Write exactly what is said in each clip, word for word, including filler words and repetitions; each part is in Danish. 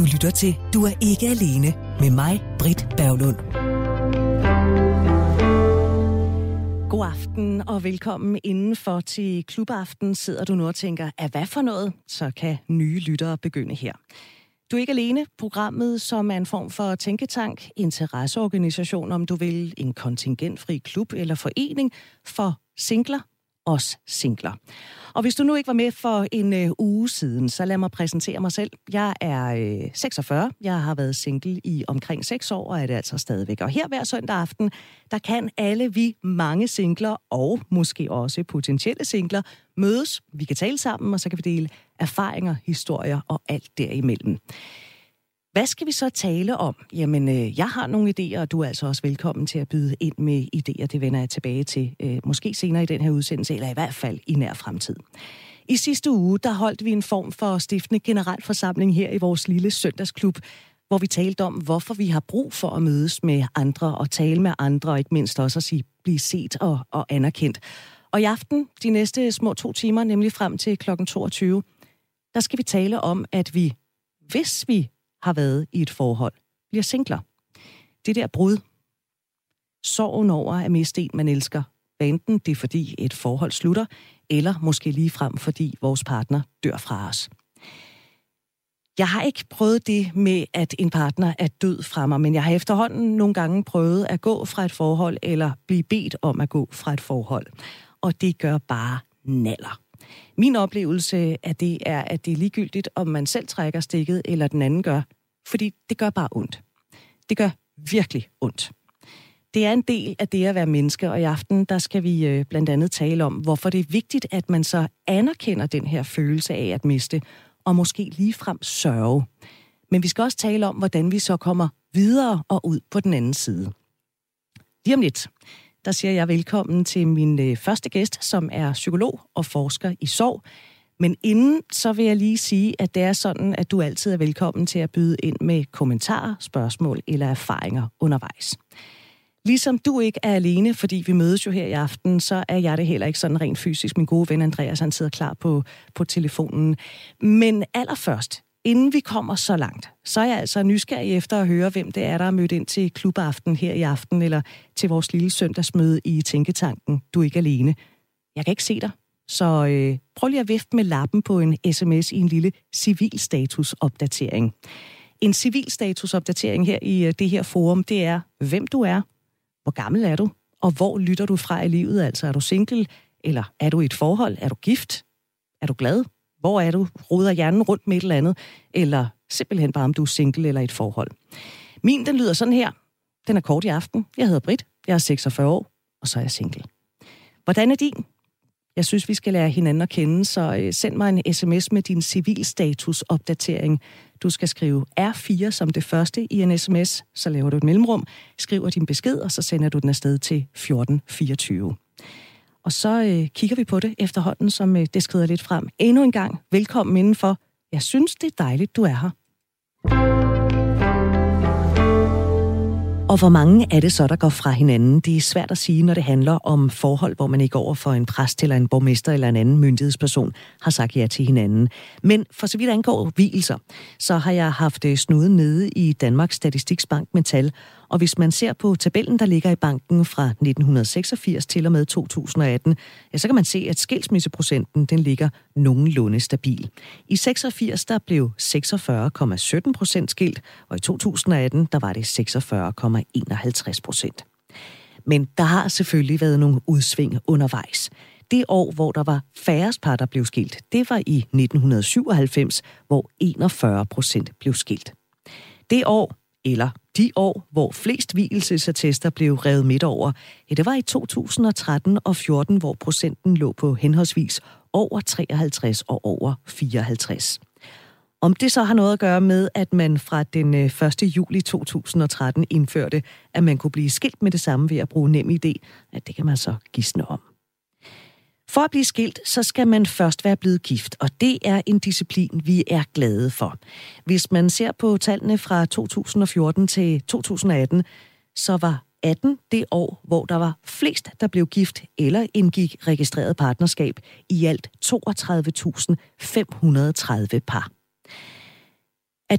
lytter til Du er ikke alene med mig, Britt Berglund. God aften og velkommen indenfor til Klubaften. Sidder du nu og tænker, at hvad for noget? Så kan nye lyttere begynde her. Du er ikke alene. Programmet, som er en form for tænketank, interesseorganisation, om du vil, en kontingentfri klub eller forening for singler, os singler. Og hvis du nu ikke var med for en øh, uge siden, så lad mig præsentere mig selv. Jeg er øh, seksogfyrre. Jeg har været single i omkring seks år, og er det altså stadigvæk. Og her hver søndag aften, der kan alle vi mange singler, og måske også potentielle singler, mødes. Vi kan tale sammen, og så kan vi dele erfaringer, historier og alt derimellem. Hvad skal vi så tale om? Jamen, øh, jeg har nogle idéer, og du er altså også velkommen til at byde ind med idéer. Det vender jeg tilbage til, øh, måske senere i den her udsendelse, eller i hvert fald i nær fremtid. I sidste uge, der holdt vi en form for stiftende generalforsamling her i vores lille søndagsklub, hvor vi talte om, hvorfor vi har brug for at mødes med andre og tale med andre, og ikke mindst også at sige, blive set og, og anerkendt. Og i aften, de næste små to timer, nemlig frem til klokken toogtyve, der skal vi tale om, at vi, hvis vi har været i et forhold, bliver singler. Det der brud, sorgen over at miste en, man elsker, enten det er fordi et forhold slutter, eller måske lige frem fordi vores partner dør fra os. Jeg har ikke prøvet det med, at en partner er død fra mig, men jeg har efterhånden nogle gange prøvet at gå fra et forhold, eller blive bedt om at gå fra et forhold. Og det gør bare naller. Min oplevelse af det er, at det er ligegyldigt, om man selv trækker stikket, eller den anden gør. Fordi det gør bare ondt. Det gør virkelig ondt. Det er en del af det at være menneske, og i aften, der skal vi øh, blandt andet tale om, hvorfor det er vigtigt, at man så anerkender den her følelse af at miste, og måske ligefrem sørge. Men vi skal også tale om, hvordan vi så kommer videre og ud på den anden side. Lige om lidt, der siger jeg velkommen til min øh, første gæst, som er psykolog og forsker i sorg. Men inden, så vil jeg lige sige, at det er sådan, at du altid er velkommen til at byde ind med kommentarer, spørgsmål eller erfaringer undervejs. Ligesom du ikke er alene, fordi vi mødes jo her i aften, så er jeg det heller ikke sådan rent fysisk. Min gode ven Andreas, han sidder klar på, på telefonen. Men allerførst, inden vi kommer så langt, så er jeg altså nysgerrig efter at høre, hvem det er, der er mødt ind til Klubaften her i aften, eller til vores lille søndagsmøde i Tænketanken. Du er ikke alene. Jeg kan ikke se dig, så øh, prøv lige at vifte med lappen på en sms i en lille civilstatusopdatering. En civilstatusopdatering her i øh, det her forum, det er, hvem du er, hvor gammel er du, og hvor lytter du fra i livet? Altså, er du single, eller er du i et forhold? Er du gift? Er du glad? Hvor er du? Roder hjernen rundt med et eller andet? Eller simpelthen bare, om du er single eller i et forhold? Min, den lyder sådan her. Den er kort i aften. Jeg hedder Britt. Jeg er seksogfyrre år, og så er jeg single. Hvordan er din? Jeg synes, vi skal lære hinanden at kende, så send mig en sms med din civilstatusopdatering. Du skal skrive R fire som det første i en sms, så laver du et mellemrum, skriver din besked, og så sender du den afsted til fjorten fireogtyve. Og så øh, kigger vi på det efterhånden, som øh, det skrider lidt frem. Endnu en gang, velkommen indenfor. Jeg synes, det er dejligt, du er her. Og hvor mange er det så, der går fra hinanden? Det er svært at sige, når det handler om forhold, hvor man ikke over for en præst eller en borgmester eller en anden myndighedsperson har sagt ja til hinanden. Men for så vidt angår vielser, så har jeg haft snuden nede i Danmarks Statistiksbank med tal. Og hvis man ser på tabellen, der ligger i banken fra nitten seksogfirs til og med to tusind og atten, ja, så kan man se, at skilsmisseprocenten den ligger nogenlunde stabil. I seksogfirs der blev seksogfyrre komma sytten procent skilt, og i to tusind og atten der var det seksogfyrre komma enoghalvtreds procent. Men der har selvfølgelig været nogle udsving undervejs. Det år, hvor der var færrest par, der blev skilt, det var i nitten syvoghalvfems, hvor enogfyrre procent blev skilt. Det år, eller de år, hvor flest vielsesattester blev revet midt over, ja, det var i to tusind og tretten og fjorten, hvor procenten lå på henholdsvis over treoghalvtreds og over fireoghalvtreds. Om det så har noget at gøre med, at man fra den første juli to tusind og tretten indførte, at man kunne blive skilt med det samme ved at bruge NemID, ja, det kan man så gisne om. For at blive skilt, så skal man først være blevet gift, og det er en disciplin, vi er glade for. Hvis man ser på tallene fra to tusind og fjorten til to tusind og atten, så var atten det år, hvor der var flest, der blev gift eller indgik registreret partnerskab, i alt toogtredive tusind fem hundrede og tredive par. Af dem,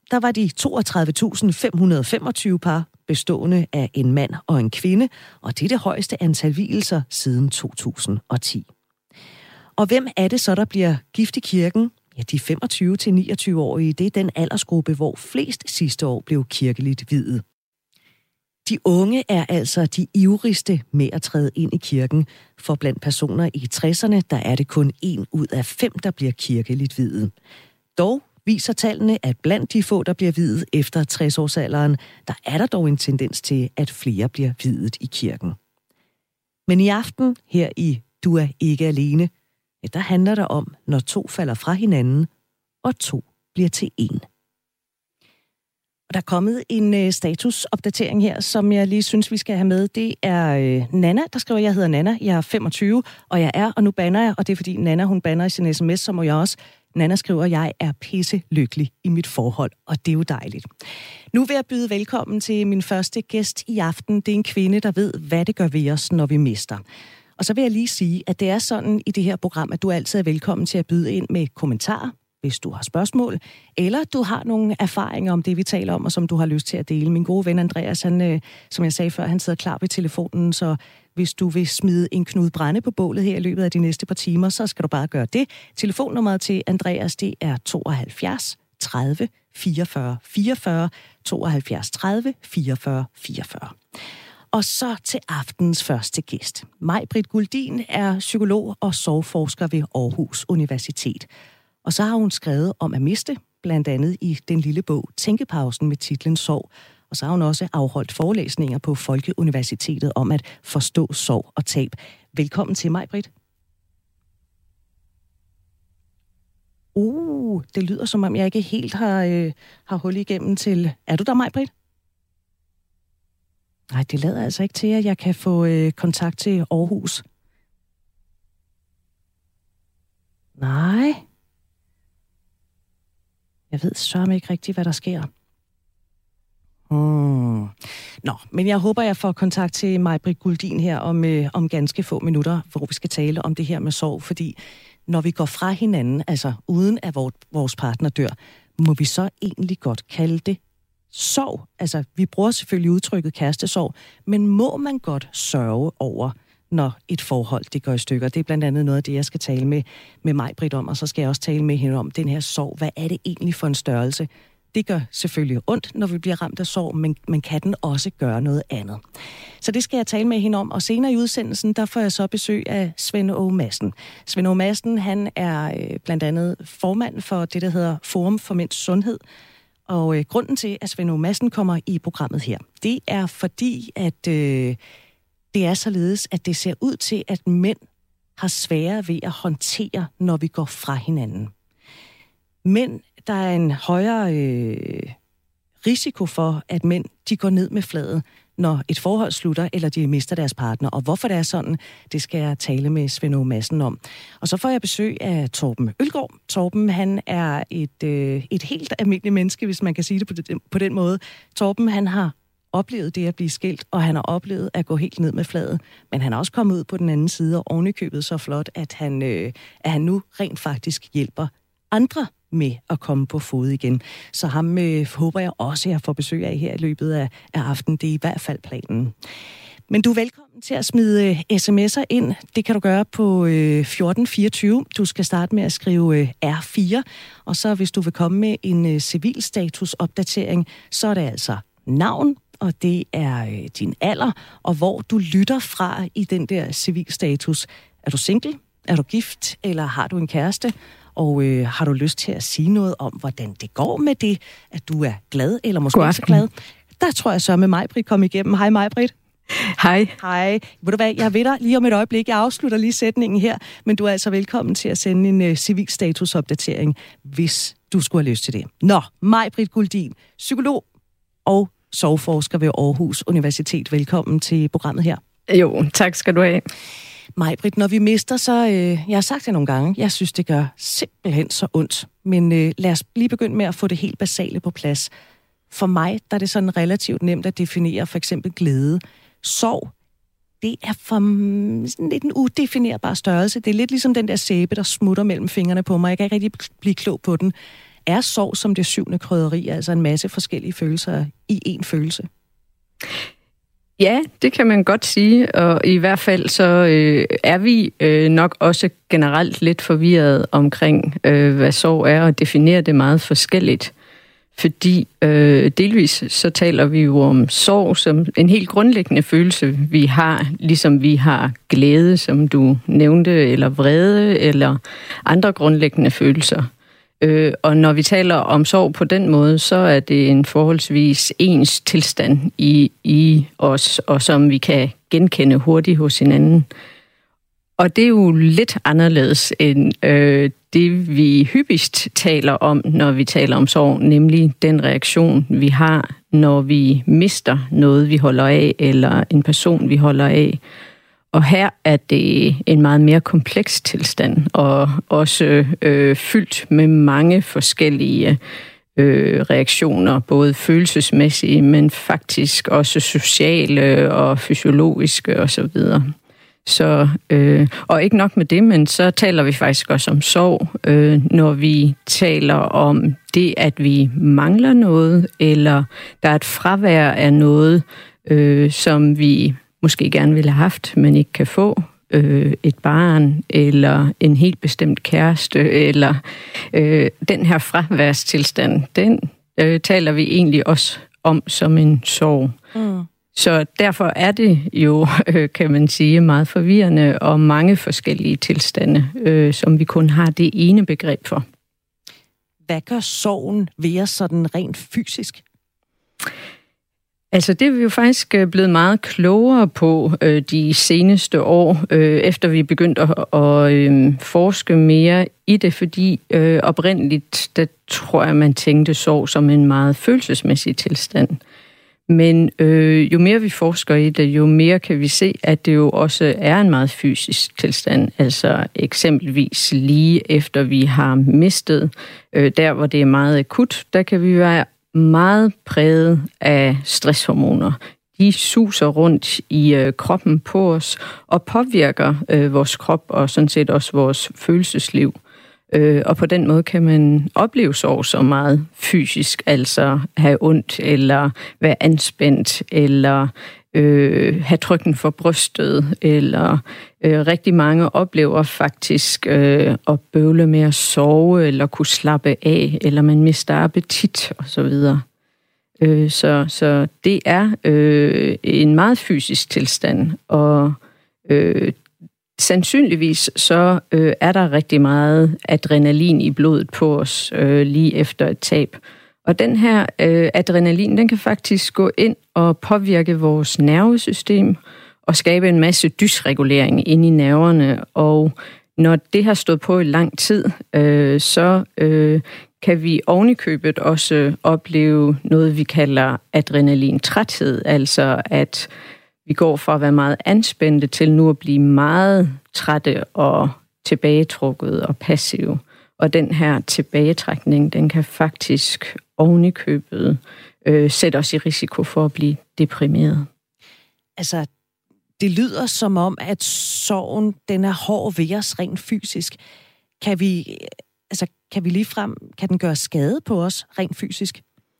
der var de toogtredive tusind fem hundrede og femogtyve par, bestående af en mand og en kvinde, og det er det højeste antal vielser siden to tusind og ti. Og hvem er det så, der bliver gift i kirken? Ja, de femogtyve til niogtyve-årige, det er den aldersgruppe, hvor flest sidste år blev kirkeligt viet. De unge er altså de ivrigste med at træde ind i kirken, for blandt personer i tresserne, der er det kun en ud af fem, der bliver kirkeligt viet. Dog viser tallene, at blandt de få, der bliver viet efter tres-årsalderen, der er der dog en tendens til, at flere bliver viet i kirken. Men i aften, her i Du er ikke alene, ja, der handler det om, når to falder fra hinanden, og to bliver til en. Og der er kommet en øh, statusopdatering her, som jeg lige synes, vi skal have med. Det er øh, Nana, der skriver, jeg hedder Nana, jeg er femogtyve, og jeg er, og nu banner jeg, og det er fordi Nana, hun banner i sin sms, så må jeg også. Nana skriver, jeg er pisse lykkelig i mit forhold, og det er jo dejligt. Nu vil jeg byde velkommen til min første gæst i aften. Det er en kvinde, der ved, hvad det gør ved os, når vi mister. Og så vil jeg lige sige, at det er sådan i det her program, at du altid er velkommen til at byde ind med kommentarer, hvis du har spørgsmål, eller du har nogle erfaringer om det, vi taler om, og som du har lyst til at dele. Min gode ven Andreas, han, øh, som jeg sagde før, han sidder klar ved telefonen, så hvis du vil smide en knude brænde på bålet her i løbet af de næste par timer, så skal du bare gøre det. Telefonnummeret til Andreas, det er tooghalvfjerds tredive fireogfyrre fireogfyrre, tooghalvfjerds tredive fireogfyrre fireogfyrre. Og så til aftens første gæst. Maj-Britt Guldin er psykolog og sorgforsker ved Aarhus Universitet. Og så har hun skrevet om at miste, blandt andet i den lille bog Tænkepausen med titlen Sorg. Og så har hun også afholdt forelæsninger på Folkeuniversitetet om at forstå sorg og tab. Velkommen til, Maj-Britt. Uh, det lyder som om jeg ikke helt har, øh, har hul igennem til... Er du der, Maj-Britt? Nej, det lader altså ikke til, at jeg kan få øh, kontakt til Aarhus. Nej. Jeg ved sørme ikke rigtigt, hvad der sker. Hmm. Nå, men jeg håber, jeg får kontakt til Maj-Britt Guldin her om, øh, om ganske få minutter, hvor vi skal tale om det her med sorg, fordi når vi går fra hinanden, altså uden at vores partner dør, må vi så egentlig godt kalde det sorg. Altså, vi bruger selvfølgelig udtrykket kærestesorg, men må man godt sørge over, når et forhold det går i stykker? Det er blandt andet noget af det, jeg skal tale med, med Maj-Britt om, og så skal jeg også tale med hende om den her sorg. Hvad er det egentlig for en størrelse? Det gør selvfølgelig ondt, når vi bliver ramt af sorg, men, men kan den også gøre noget andet? Så det skal jeg tale med hende om, og senere i udsendelsen, der får jeg så besøg af Svend Åge Madsen. Svend Åge Madsen, han er øh, blandt andet formand for det, der hedder Forum for Mænds Sundhed. Og øh, grunden til, at Svend Åge Madsen kommer i programmet her, det er fordi, at øh, det er således, at det ser ud til, at mænd har sværere ved at håndtere, når vi går fra hinanden. Mænd, der er en højere øh, risiko for, at mænd de går ned med fladet, når et forhold slutter, eller de mister deres partner. Og hvorfor det er sådan, det skal jeg tale med Svend Åge Madsen om. Og så får jeg besøg af Torben Ølgaard. Torben, han er et, øh, et helt almindeligt menneske, hvis man kan sige det på, det på den måde. Torben, han har oplevet det at blive skilt, og han har oplevet at gå helt ned med fladet. Men han er også kommet ud på den anden side, og ovenikøbet så flot, at han, øh, at han nu rent faktisk hjælper andre med at komme på fod igen. Så ham øh, håber jeg også, at jeg får besøg af her i løbet af, af aftenen. Det er i hvert fald planen. Men du er velkommen til at smide øh, sms'er ind. Det kan du gøre på øh, fjorten fireogtyve. Du skal starte med at skrive øh, R fire, og så hvis du vil komme med en øh, civilstatusopdatering, så er det altså navn, og det er øh, din alder, og hvor du lytter fra i den der civilstatus. Er du single? Er du gift? Eller har du en kæreste? Og øh, har du lyst til at sige noget om, hvordan det går med det, at du er glad, eller måske ikke så glad? Der tror jeg så med Maj-Britt kom igennem. Hej Maj-Britt. Hej. Hej. Ved du hvad, jeg ved dig lige om et øjeblik. Jeg afslutter lige sætningen her, men du er altså velkommen til at sende en uh, civilstatusopdatering, hvis du skulle have lyst til det. Nå, Maj-Britt Guldin, psykolog og sorgforsker ved Aarhus Universitet. Velkommen til programmet her. Jo, tak skal du have. Maj-Britt, når vi mister, så... Øh, jeg har sagt det nogle gange. Jeg synes, det gør simpelthen så ondt. Men øh, lad os lige begynde med at få det helt basale på plads. For mig, der er det sådan relativt nemt at definere for eksempel glæde. Sorg, det er for sådan lidt en udefinerbar størrelse. Det er lidt ligesom den der sæbe, der smutter mellem fingrene på mig. Jeg kan ikke rigtig blive klog på den. er sorg som det syvende krydderi, altså en masse forskellige følelser i én følelse? Ja, det kan man godt sige, og i hvert fald så øh, er vi øh, nok også generelt lidt forvirret omkring, øh, hvad sorg er, og definerer det meget forskelligt. Fordi øh, delvis så taler vi jo om sorg som en helt grundlæggende følelse, vi har, ligesom vi har glæde, som du nævnte, eller vrede, eller andre grundlæggende følelser. Øh, og når vi taler om sorg på den måde, så er det en forholdsvis ens tilstand i, i os, og som vi kan genkende hurtigt hos hinanden. Og det er jo lidt anderledes end øh, det, vi hyppigst taler om, når vi taler om sorg, nemlig den reaktion, vi har, når vi mister noget, vi holder af, eller en person, vi holder af. Og her er det en meget mere kompleks tilstand, og også øh, fyldt med mange forskellige øh, reaktioner, både følelsesmæssige, men faktisk også sociale og fysiologiske osv. Så, øh, og ikke nok med det, men så taler vi faktisk også om sorg, øh, når vi taler om det, at vi mangler noget, eller der er et fravær af noget, øh, som vi måske gerne ville have haft, men ikke kan få. Øh, et barn, eller en helt bestemt kæreste, eller øh, den her fraværstilstand, den øh, taler vi egentlig også om som en sorg. Mm. Så derfor er det jo, øh, kan man sige, meget forvirrende og mange forskellige tilstande, øh, som vi kun har det ene begreb for. Hvad gør sorgen ved os sådan rent fysisk? Altså det er vi jo faktisk blevet meget klogere på øh, de seneste år, øh, efter vi begyndte at, at øh, forske mere i det, fordi øh, oprindeligt, der tror jeg, man tænkte sorg som en meget følelsesmæssig tilstand. Men øh, jo mere vi forsker i det, jo mere kan vi se, at det jo også er en meget fysisk tilstand. Altså eksempelvis lige efter vi har mistet, øh, der hvor det er meget akut, der kan vi være meget præget af stresshormoner. De suser rundt i øh, kroppen på os og påvirker øh, vores krop og sådan set også vores følelsesliv. Øh, og på den måde kan man opleve sorg så meget fysisk, altså have ondt eller være anspændt eller øh, have trykken for brystet, eller øh, rigtig mange oplever faktisk øh, at bøvle med at sove eller kunne slappe af, eller man mister appetit osv. Øh, så, så det er øh, en meget fysisk tilstand, og øh, sandsynligvis så øh, er der rigtig meget adrenalin i blodet på os øh, lige efter et tab. Og den her øh, adrenalin, den kan faktisk gå ind og påvirke vores nervesystem og skabe en masse dysregulering inde i nerverne. Og når det har stået på i lang tid, øh, så øh, kan vi ovenikøbet også opleve noget, vi kalder adrenalintræthed, altså at vi går fra at være meget anspændte til nu at blive meget trætte og tilbagetrukket og passive. Og den her tilbagetrækning, den kan faktisk ovenikøbet øh, sætte os i risiko for at blive deprimeret. Altså, det lyder som om, at sorgen, den er hård ved os rent fysisk. Kan vi, altså, kan vi ligefrem, kan den gøre skade på os rent fysisk?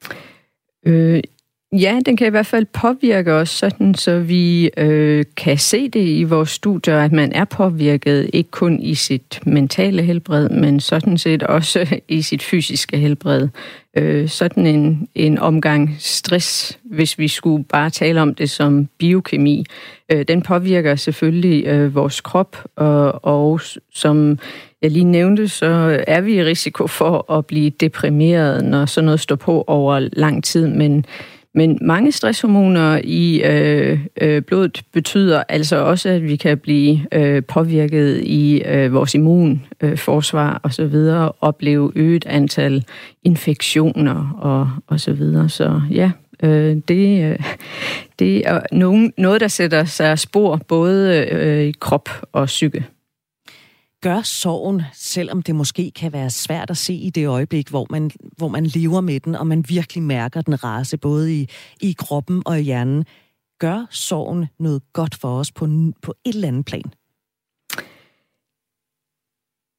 Øh, Ja, den kan i hvert fald påvirke os, sådan så vi øh, kan se det i vores studier, at man er påvirket ikke kun i sit mentale helbred, men sådan set også i sit fysiske helbred. Øh, sådan en, en omgang stress, hvis vi skulle bare tale om det som biokemi, øh, den påvirker selvfølgelig øh, vores krop, og, og som jeg lige nævnte, så er vi i risiko for at blive deprimeret, når sådan noget står på over lang tid, men Men mange stresshormoner i øh, øh, blodet betyder altså også, at vi kan blive øh, påvirket i øh, vores immunforsvar øh, og så videre, opleve øget antal infektioner og, og så videre. Så ja, øh, det, øh, det er nogen, noget, der sætter sig spor både øh, i krop og psyke. Gør sorgen, selvom det måske kan være svært at se i det øjeblik, hvor man, hvor man lever med den, og man virkelig mærker den rase både i, i kroppen og i hjernen, gør sorgen noget godt for os på, på et eller andet plan?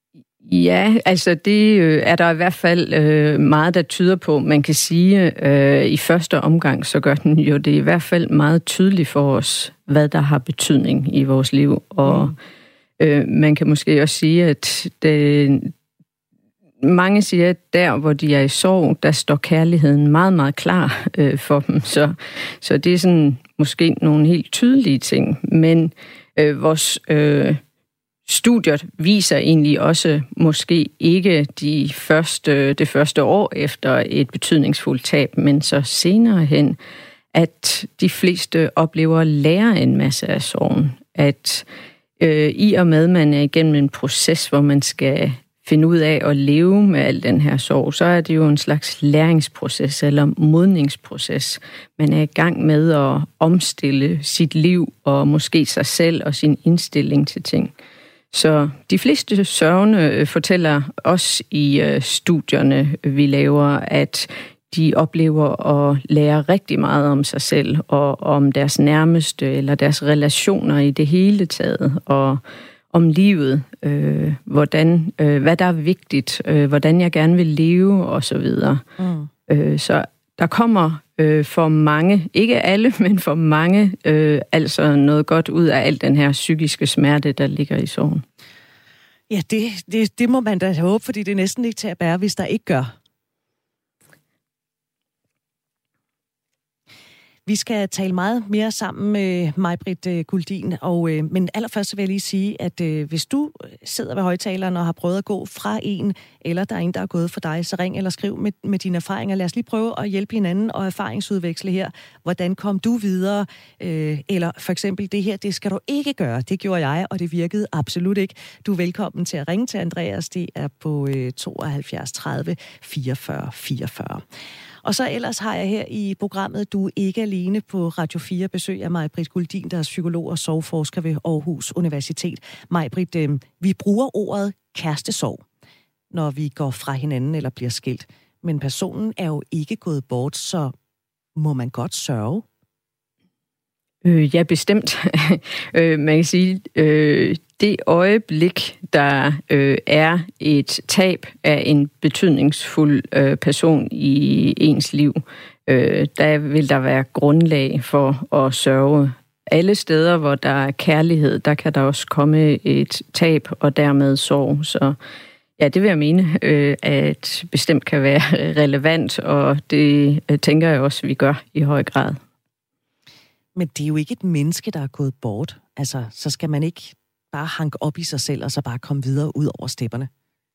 Ja, altså det øh, er der i hvert fald øh, meget, der tyder på. Man kan sige, øh, i første omgang, så gør den jo det i hvert fald meget tydeligt for os, hvad der har betydning i vores liv. Og mm. øh, man kan måske også sige, at det, mange siger, at der, hvor de er i sorg, der står kærligheden meget, meget klar øh, for dem. Så, så det er sådan måske nogle helt tydelige ting. Men øh, vores... Øh, Studiet viser egentlig også måske ikke de første, det første år efter et betydningsfuldt tab, men så senere hen, at de fleste oplever at lære en masse af sorgen. At øh, i og med, man er igennem en proces, hvor man skal finde ud af at leve med al den her sorg, så er det jo en slags læringsproces eller modningsproces. Man er i gang med at omstille sit liv og måske sig selv og sin indstilling til ting. Så de fleste sørgende fortæller os i øh, studierne, vi laver, at de oplever at lære rigtig meget om sig selv og om deres nærmeste eller deres relationer i det hele taget og om livet, øh, hvordan, øh, hvad der er vigtigt, øh, hvordan jeg gerne vil leve osv. Mm. Øh, så der kommer øh, for mange, ikke alle, men for mange, øh, altså noget godt ud af al den her psykiske smerte, der ligger i sorgen. Ja, det, det, det må man da håbe, fordi det er næsten ikke til at bære, hvis der ikke gør. Vi skal tale meget mere sammen med Maj-Britt Guldin, og, øh, men allerførst så vil jeg lige sige, at øh, hvis du sidder ved højtaleren og har prøvet at gå fra en, eller der er en, der er gået for dig, så ring eller skriv med, med dine erfaringer. Lad os lige prøve at hjælpe hinanden og erfaringsudveksle her. Hvordan kom du videre? Øh, eller for eksempel det her, det skal du ikke gøre. Det gjorde jeg, og det virkede absolut ikke. Du er velkommen til at ringe til Andreas. Det er på øh, tooghalvfjerds tredive fireogfyrre fireogfyrre. Og så ellers har jeg her i programmet Du er ikke alene på Radio fire besøg af Maj-Britt Guldin, der er psykolog og sorgforsker ved Aarhus Universitet. Maj-Britt, øh, vi bruger ordet kærestesorg, når vi går fra hinanden eller bliver skilt. Men personen er jo ikke gået bort, så må man godt sørge? Øh, ja, bestemt. øh, man kan sige, øh, det øjeblik, der øh, er et tab af en betydningsfuld øh, person i ens liv, øh, der vil der være grundlag for at sørge. Alle steder, hvor der er kærlighed, der kan der også komme et tab og dermed sorg. Så ja, det vil jeg mene, øh, at bestemt kan være relevant, og det øh, tænker jeg også, vi gør i høj grad. Men det er jo ikke et menneske, der er gået bort. Altså, så skal man ikke bare hanke op i sig selv, og så bare komme videre ud over stepperne?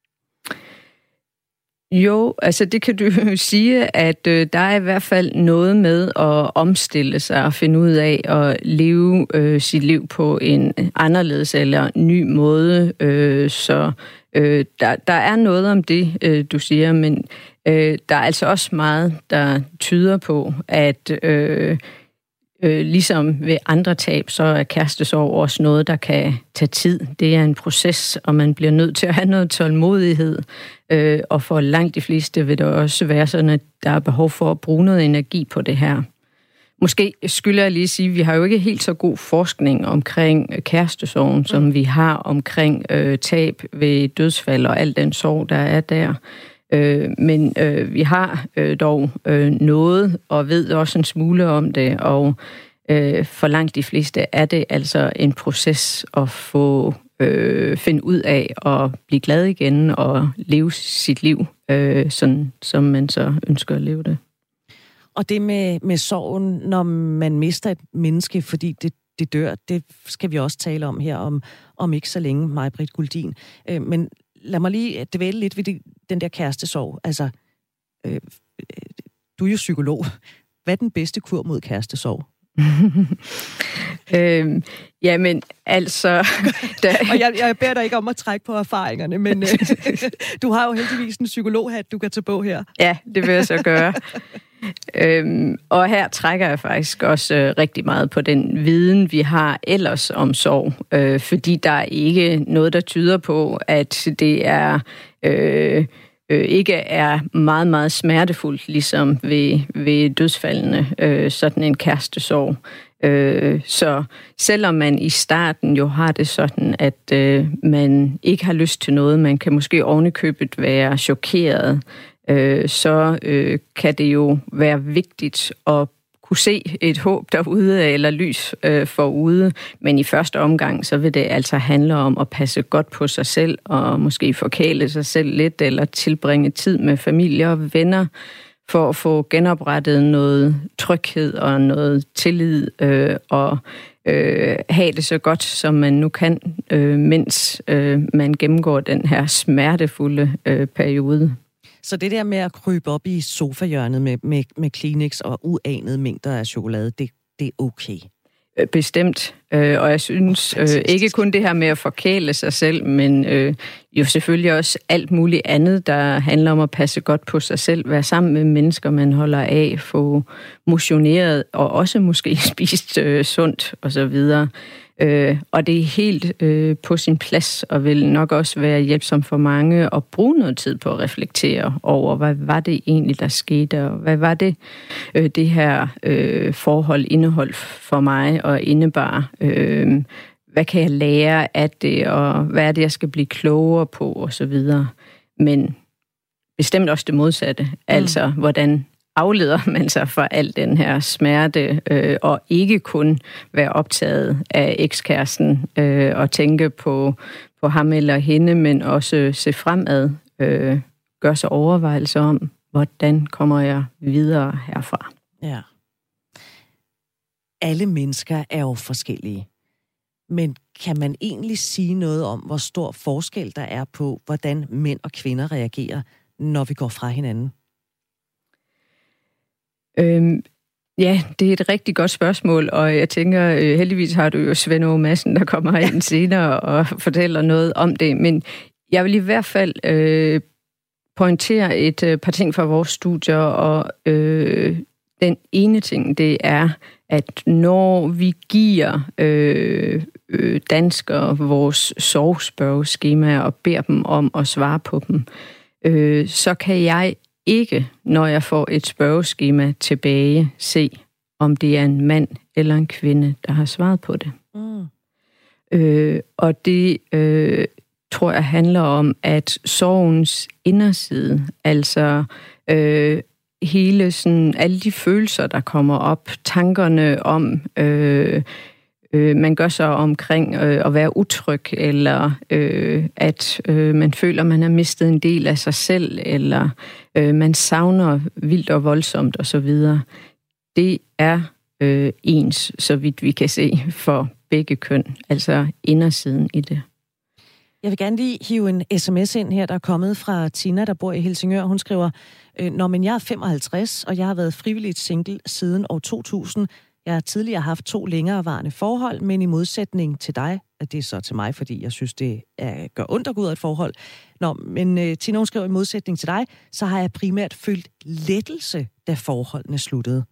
Jo, altså det kan du sige, at øh, der er i hvert fald noget med at omstille sig og finde ud af at leve øh, sit liv på en anderledes eller ny måde. Øh, så øh, der, der er noget om det, øh, du siger, men øh, der er altså også meget, der tyder på, at øh, Øh, ligesom ved andre tab, så er kærestesorg også noget, der kan tage tid. Det er en proces, og man bliver nødt til at have noget tålmodighed. Øh, og for langt de fleste vil det også være sådan, at der er behov for at bruge noget energi på det her. Måske skylder jeg lige sige, at vi har jo ikke helt så god forskning omkring kærestesorgen, som mm. vi har omkring øh, tab ved dødsfald og al den sorg, der er der. Øh, men øh, vi har øh, dog øh, noget, og ved også en smule om det, og øh, for langt de fleste er det altså en proces at få øh, finde ud af at blive glad igen og leve sit liv, øh, sådan som man så ønsker at leve det. Og det med, med sorgen, når man mister et menneske, fordi det, det dør, det skal vi også tale om her om, om ikke så længe, Maj-Britt Guldin. Øh, men lad mig lige dvæle lidt ved det, den der kærestesorg. Altså, øh, du er jo psykolog. Hvad er den bedste kur mod kærestesorg? øhm, jamen, altså... Der... Og jeg, jeg beder dig ikke om at trække på erfaringerne, men øh, du har jo heldigvis en psykologhat, du kan tage på her. Ja, det vil jeg så gøre. Øhm, og her trækker jeg faktisk også øh, rigtig meget på den viden, vi har ellers om sorg, øh, fordi der er ikke noget, der tyder på, at det er øh, øh, ikke er meget, meget smertefuldt, ligesom ved, ved dødsfaldene, øh, sådan en kærestesorg. Øh, så selvom man i starten jo har det sådan, at øh, man ikke har lyst til noget, man kan måske ovenikøbet være chokeret, øh, så øh, kan det jo være vigtigt at kunne se et håb derude eller lys øh, forude. Men i første omgang, så vil det altså handle om at passe godt på sig selv og måske forkæle sig selv lidt eller tilbringe tid med familie og venner, for at få genoprettet noget tryghed og noget tillid øh, og øh, have det så godt, som man nu kan, øh, mens øh, man gennemgår den her smertefulde øh, periode. Så det der med at krybe op i sofahjørnet med, med, med Kleenex og uanede mængder af chokolade, det, det er okay? Bestemt. Og jeg synes oh, øh, ikke kun det her med at forkæle sig selv, men øh, jo selvfølgelig også alt muligt andet, der handler om at passe godt på sig selv, være sammen med mennesker, man holder af, få motioneret og også måske spist øh, sundt osv. Øh, og det er helt øh, på sin plads, og vil nok også være hjælpsomt for mange at bruge noget tid på at reflektere over, hvad var det egentlig, der skete, og hvad var det, øh, det her øh, forhold indeholdt for mig og indebar. Øh, hvad kan jeg lære af det, og hvad er det, jeg skal blive klogere på, og så videre. Men bestemt også det modsatte, mm. altså hvordan afleder man sig fra al den her smerte, øh, og ikke kun være optaget af ekskæresten øh, og tænke på, på ham eller hende, men også se fremad, øh, gøre sig overvejelser om, hvordan kommer jeg videre herfra. Ja. Alle mennesker er jo forskellige, men kan man egentlig sige noget om, hvor stor forskel der er på, hvordan mænd og kvinder reagerer, når vi går fra hinanden? Øhm, ja, det er et rigtig godt spørgsmål, og jeg tænker, øh, heldigvis har du jo Svend Åge Madsen, der kommer ind senere og fortæller noget om det, men jeg vil i hvert fald øh, pointere et øh, par ting fra vores studier, og øh, den ene ting, det er, at når vi giver øh, øh, danskere vores sorgspørgeskemaer og beder dem om at svare på dem, øh, så kan jeg ikke, når jeg får et spørgeskema tilbage, se, om det er en mand eller en kvinde, der har svaret på det. Mm. Øh, og det øh, tror jeg handler om, at sorgens inderside, altså øh, hele sådan, alle de følelser, der kommer op, tankerne om, øh, øh, man gør sig omkring øh, at være utryg, eller øh, at øh, man føler, man har mistet en del af sig selv, eller øh, man savner vildt og voldsomt osv. Det er øh, ens, så vidt vi kan se, for begge køn, altså indersiden i det. Jeg vil gerne lige hive en sms ind her, der er kommet fra Tina, der bor i Helsingør. Hun skriver, når men jeg er femoghalvtreds, og jeg har været frivilligt single siden år to tusind. Jeg har tidligere haft to længerevarende forhold, men i modsætning til dig, at det er så til mig, fordi jeg synes, det er, gør ondt at gå ud af et forhold. Nå, men uh, Tina, hun skriver, i modsætning til dig, så har jeg primært følt lettelse, da forholdene sluttede.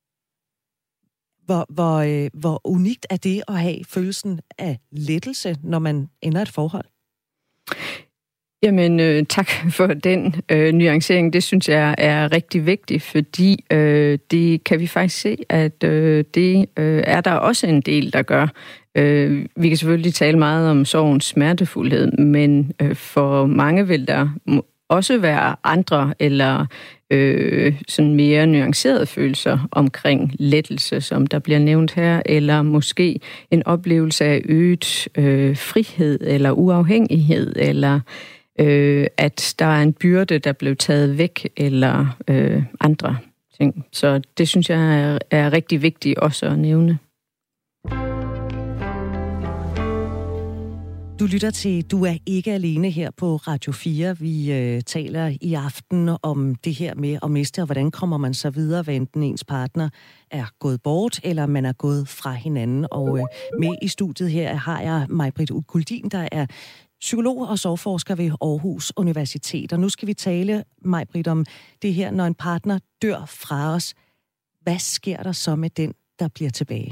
Hvor, hvor, øh, hvor unikt er det at have følelsen af lettelse, når man ender et forhold? Jamen, øh, tak for den øh, nuancering. Det synes jeg er rigtig vigtigt, fordi øh, det kan vi faktisk se, at øh, det øh, er der også en del, der gør. Øh, vi kan selvfølgelig tale meget om sorgens smertefuldhed, men øh, for mange vil der også være andre eller øh, sådan mere nuancerede følelser omkring lettelse, som der bliver nævnt her, eller måske en oplevelse af øget øh, frihed eller uafhængighed, eller øh, at der er en byrde, der blev taget væk, eller øh, andre ting. Så det synes jeg er, er rigtig vigtigt også at nævne. Du lytter til Du er ikke alene her på Radio fire. Vi øh, taler i aften om det her med at miste, og hvordan kommer man så videre, hvad enten ens partner er gået bort, eller man er gået fra hinanden. Og øh, med i studiet her har jeg Maj-Britt Kuldin, der er psykolog og sorgforsker ved Aarhus Universitet. Og nu skal vi tale, Maj-Britt, om det her, når en partner dør fra os. Hvad sker der så med den, der bliver tilbage?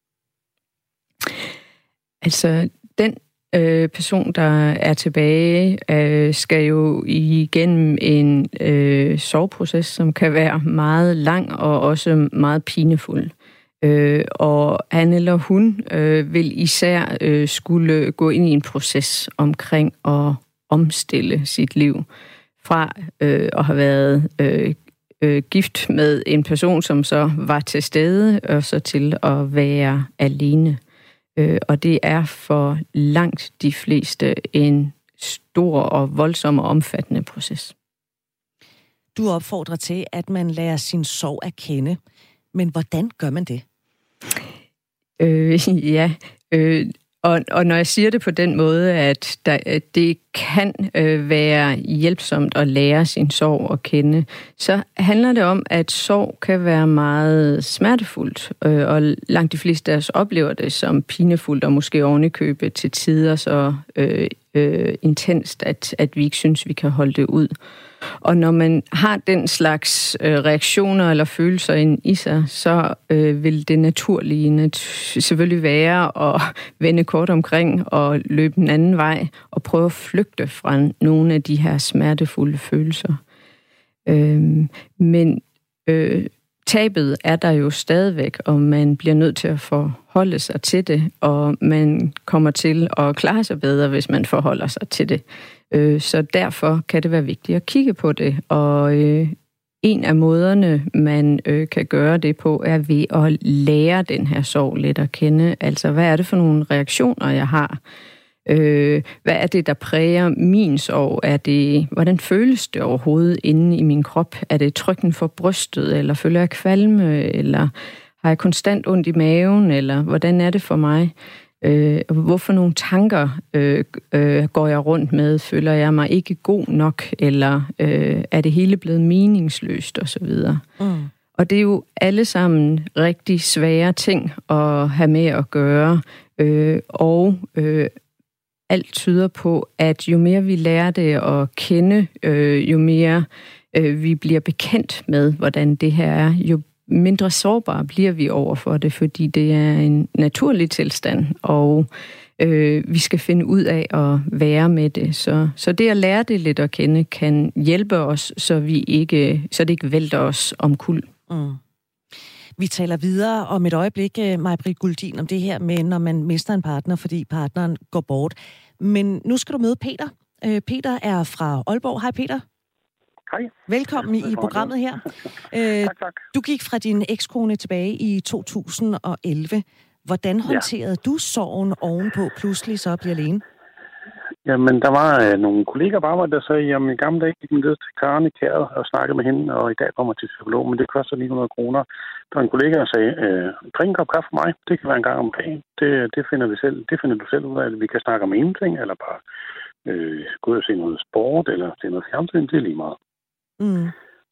Altså, den Øh, person, der er tilbage, øh, skal jo igennem en øh, sorgproces, som kan være meget lang og også meget pinefuld. Øh, og han eller hun øh, vil især øh, skulle gå ind i en proces omkring at omstille sit liv fra øh, at have været øh, øh, gift med en person, som så var til stede, og så til at være alene. Øh, og det er for langt de fleste en stor og voldsom og omfattende proces. Du opfordrer til, at man lærer sin sorg at kende. Men hvordan gør man det? Øh, ja, øh, og, og når jeg siger det på den måde, at, der, at det kan øh, være hjælpsomt at lære sin sorg at kende, så handler det om, at sorg kan være meget smertefuldt, øh, og langt de fleste af os oplever det som pinefuldt, og måske ovenikøbet til tider så øh, øh, intenst, at, at vi ikke synes, vi kan holde det ud. Og når man har den slags øh, reaktioner eller følelser ind i sig, så øh, vil det naturlige nat- selvfølgelig være at vende kort omkring og løbe den anden vej og prøve at flygte fra nogle af de her smertefulde følelser. Øh, men øh, tabet er der jo stadigvæk, og man bliver nødt til at forholde sig til det, og man kommer til at klare sig bedre, hvis man forholder sig til det. Så derfor kan det være vigtigt at kigge på det, og øh, en af måderne, man øh, kan gøre det på, er ved at lære den her sorg lidt at kende. Altså, hvad er det for nogle reaktioner, jeg har? Øh, hvad er det, der præger min sorg? Er det, hvordan føles det overhovedet inde i min krop? Er det trykken for brystet, eller føler jeg kvalme, eller har jeg konstant ondt i maven, eller hvordan er det for mig? Øh, hvorfor nogle tanker øh, øh, går jeg rundt med? Føler jeg mig ikke god nok? Eller øh, er det hele blevet meningsløst? Og så videre. Mm. Og det er jo alle sammen rigtig svære ting at have med at gøre. Øh, og øh, alt tyder på, at jo mere vi lærer det at kende, øh, jo mere øh, vi bliver bekendt med, hvordan det her er, jo mindre sårbare bliver vi over for det, fordi det er en naturlig tilstand, og øh, vi skal finde ud af at være med det. Så, så det at lære det lidt at kende, kan hjælpe os, så, vi ikke, så det ikke vælter os omkuld. Mm. Vi taler videre om et øjeblik, Maj-Britt Guldin, om det her med, når man mister en partner, fordi partneren går bort. Men nu skal du møde Peter. Øh, Peter er fra Aalborg. Hej Peter. Hej. Velkommen i programmet her. Øh, tak, tak. Du gik fra din ekskone tilbage i to tusind og elleve. Hvordan håndterede ja. du sorgen ovenpå pludselig så at blive alene? Jamen, der var øh, nogle kolleger på arbejde, der sagde, at i gamle dage gik man ned til Karen i Kæret og snakkede med hende, og i dag kommer til psykolog, men det koster ni hundrede kroner. Der var en kollega, der sagde, øh, drik en kop kaffe for mig, det kan være en gang om dagen. Det, det, finder vi selv, det finder du selv ud af, at vi kan snakke om ingenting, eller bare øh, gå ud og se noget sport, eller se noget fjernsyn, det er lige meget. Mm.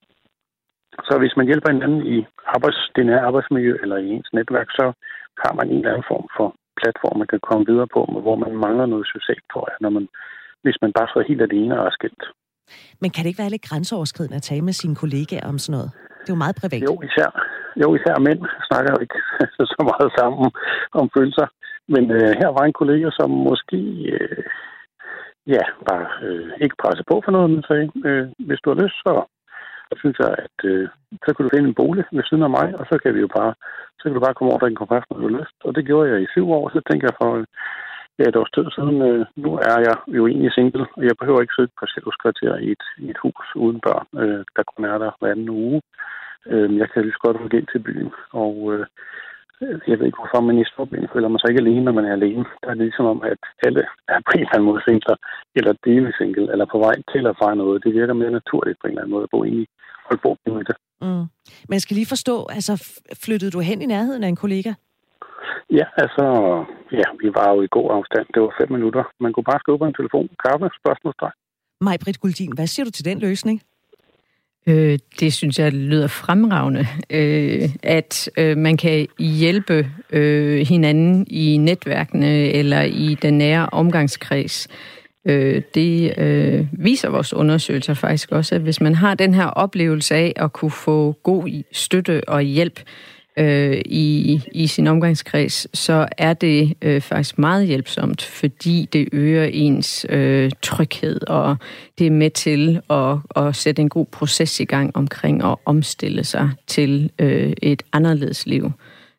Så hvis man hjælper hinanden i arbejds, det nære arbejdsmiljø eller i ens netværk, så har man en eller anden form for platform, man kan komme videre på, hvor man mangler noget socialt, tror jeg, når man, hvis man bare sidder helt alene og er skilt. Men kan det ikke være lidt grænseoverskridende at tale med sine kollegaer om sådan noget? Det er jo meget privat. Jo, især, jo, især mænd snakker jo ikke så meget sammen om følelser. Men øh, her var en kollega, som måske øh, ja, bare øh, ikke presse på for noget, men sagde, øh, hvis du har lyst, så, så synes jeg, at øh, så kan du finde en bolig ved siden af mig, og så kan vi jo bare, så kan du bare komme over og drikke en kop kaffe, når du har lyst. Og det gjorde jeg i syv år, så tænker jeg for ja, et års tid siden, øh, nu er jeg jo egentlig single, og jeg behøver ikke sidde på parcelhuskvarter i et, i et hus uden børn, øh, der kun er der hver anden uge. Øh, jeg kan lige så godt rykke ind til byen, og øh, jeg ved ikke, hvorfor man i storbyen føler man sig ikke alene, når man er alene. Der er det ligesom om, at alle er på en eller anden måde singler, eller dele single, eller på vej til at fejre noget. Det virker mere naturligt på en eller anden måde at bo inde i Aalborg. Mm. Men jeg skal lige forstå, altså flyttede du hen i nærheden af en kollega? Ja, altså, ja, vi var jo i god afstand. Det var fem minutter. Man kunne bare skrive på en telefon. Kaffe, spørgsmålstegn. Maj-Britt Guldin, hvad siger du til den løsning? Øh, det synes jeg lyder fremragende, øh, at øh, man kan hjælpe øh, hinanden i netværkene eller i den nære omgangskreds. Øh, det øh, viser vores undersøgelser faktisk også, at hvis man har den her oplevelse af at kunne få god støtte og hjælp øh, i, i sin omgangskreds, så er det øh, faktisk meget hjælpsomt, fordi det øger ens øh, tryghed, og det er med til at, at sætte en god proces i gang omkring at omstille sig til øh, et anderledes liv.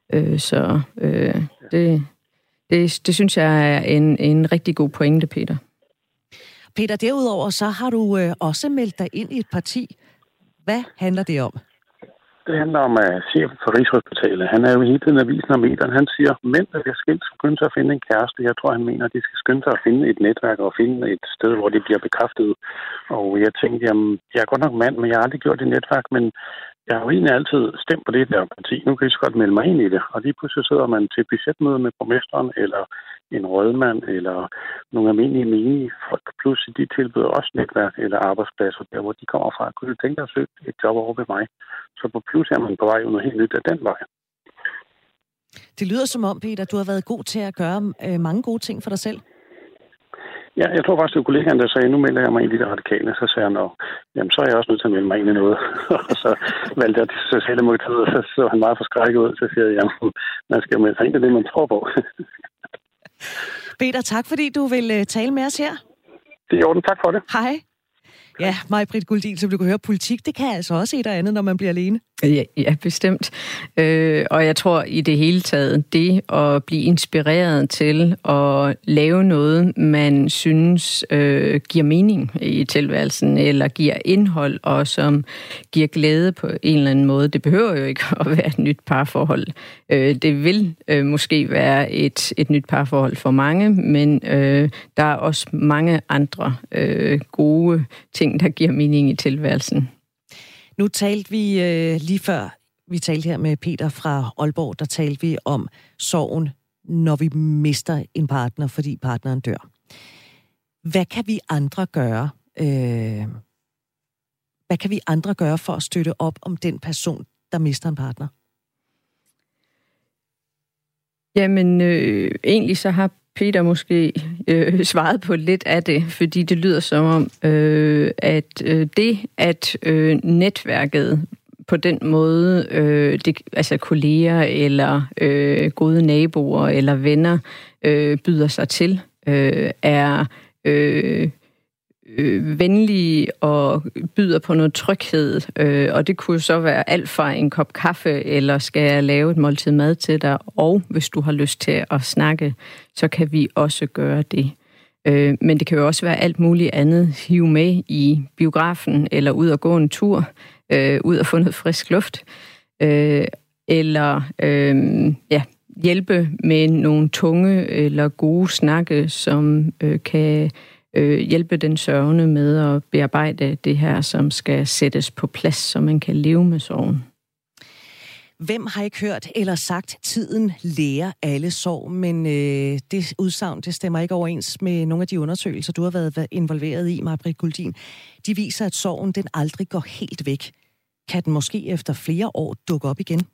Øh, så øh, det, det, det synes jeg er en, en rigtig god pointe, Peter. Peter, derudover så har du øh, også meldt dig ind i et parti. Hvad handler det om? Det handler om, at chefen for Rigshospitalet, han er jo hele tiden avisen og medierne. Han siger, at mænd, der bliver skilt, skal skynde sig at finde en kæreste. Jeg tror, han mener, at de skal skynde sig at finde et netværk og finde et sted, hvor de bliver bekræftet. Og jeg tænkte, jamen, jeg er godt nok mand, men jeg har aldrig gjort et netværk, men jeg har jo egentlig altid stemt på det der parti. Nu kan jeg så godt melde mig ind i det. Og lige pludselig sidder man til budgetmøde med borgmesteren, eller en rådmand, eller nogle almindelige menige folk. Pludselig de tilbyder også netværk eller arbejdspladser, der hvor de kommer fra. Kunne du tænke dig at søge et job over ved mig? Så på plus er man på vej ud noget helt nyt af den vej. Det lyder som om, Peter, du har været god til at gøre øh, mange gode ting for dig selv. Ja, jeg tror faktisk, det var kollegaen, der sagde, nu melder jeg mig ind i det radikale. Så sagde han, jamen så er jeg også nødt til at melde mig ind i noget. Og så valgte jeg de socialdemokratiet, og så så han meget forskrækket ud. Så siger jeg, jamen man skal melde sig ind i det, man tror på. Peter, tak fordi du vil uh, tale med os her. Det er i orden, tak for det. Hej. Ja, Maj-Britt Guldin, som du kan høre, politik, det kan altså også et og andet, når man bliver alene. Ja, ja bestemt. Øh, og jeg tror i det hele taget, det at blive inspireret til at lave noget, man synes øh, giver mening i tilværelsen, eller giver indhold, og som giver glæde på en eller anden måde. Det behøver jo ikke at være et nyt parforhold. Øh, det vil øh, måske være et, et nyt parforhold for mange, men øh, der er også mange andre øh, gode ting, der giver mening i tilværelsen. Nu talte vi øh, lige før, vi talte her med Peter fra Aalborg, der talte vi om sorgen, når vi mister en partner, fordi partneren dør. Hvad kan vi andre gøre? Øh, hvad kan vi andre gøre for at støtte op om den person, der mister en partner? Jamen, øh, egentlig så har Peter måske øh, svaret på lidt af det, fordi det lyder som om, øh, at øh, det, at øh, netværket på den måde, øh, det, altså kolleger eller øh, gode naboer eller venner øh, byder sig til, øh, er øh, øh, venlige og byder på noget tryghed. Øh, og det kunne så være alt fra en kop kaffe, eller skal jeg lave et måltid mad til dig, og hvis du har lyst til at snakke, så kan vi også gøre det. Øh, men det kan jo også være alt muligt andet. Hive med i biografen, eller ud og gå en tur, øh, ud og få noget frisk luft, øh, eller øh, ja, hjælpe med nogle tunge eller gode snakke, som øh, kan øh, hjælpe den sørgende med at bearbejde det her, som skal sættes på plads, så man kan leve med sorgen. Hvem har ikke hørt eller sagt, tiden lærer alle sorg, men øh, det udsagn, det stemmer ikke overens med nogle af de undersøgelser, du har været involveret i, Maj-Britt Guldin. De viser, at sorgen den aldrig går helt væk. Kan den måske efter flere år dukke op igen?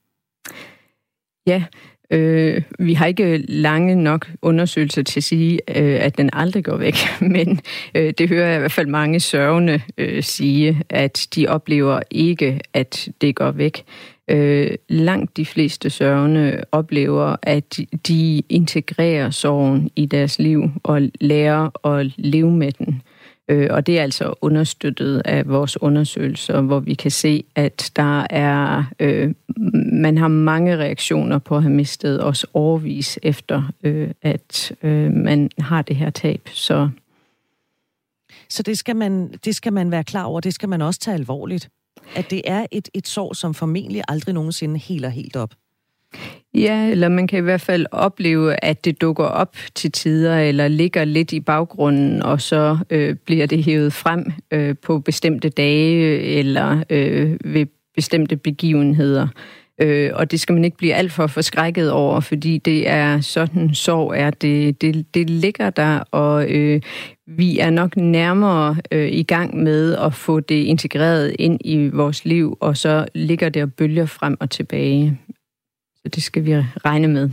Ja, øh, vi har ikke lange nok undersøgelser til at sige, øh, at den aldrig går væk, men øh, det hører jeg i hvert fald mange sørgende øh, sige, at de oplever ikke, at det går væk. Øh, langt de fleste sørgende oplever, at de integrerer sorgen i deres liv og lærer at leve med den. Øh, og det er altså understøttet af vores undersøgelser, hvor vi kan se, at der er, øh, man har mange reaktioner på at have mistet os årevis efter, øh, at øh, man har det her tab. Så, Så det, skal man, det skal man være klar over, det skal man også tage alvorligt. At det er et, et sorg, som formentlig aldrig nogensinde heler helt op. Ja, eller man kan i hvert fald opleve, at det dukker op til tider, eller ligger lidt i baggrunden, og så øh, bliver det hævet frem øh, på bestemte dage, eller øh, ved bestemte begivenheder. Øh, og det skal man ikke blive alt for forskrækket over, fordi det er sådan, sorg er, det, det, det ligger der, og øh, vi er nok nærmere øh, i gang med at få det integreret ind i vores liv, og så ligger det og bølger frem og tilbage. Så det skal vi regne med.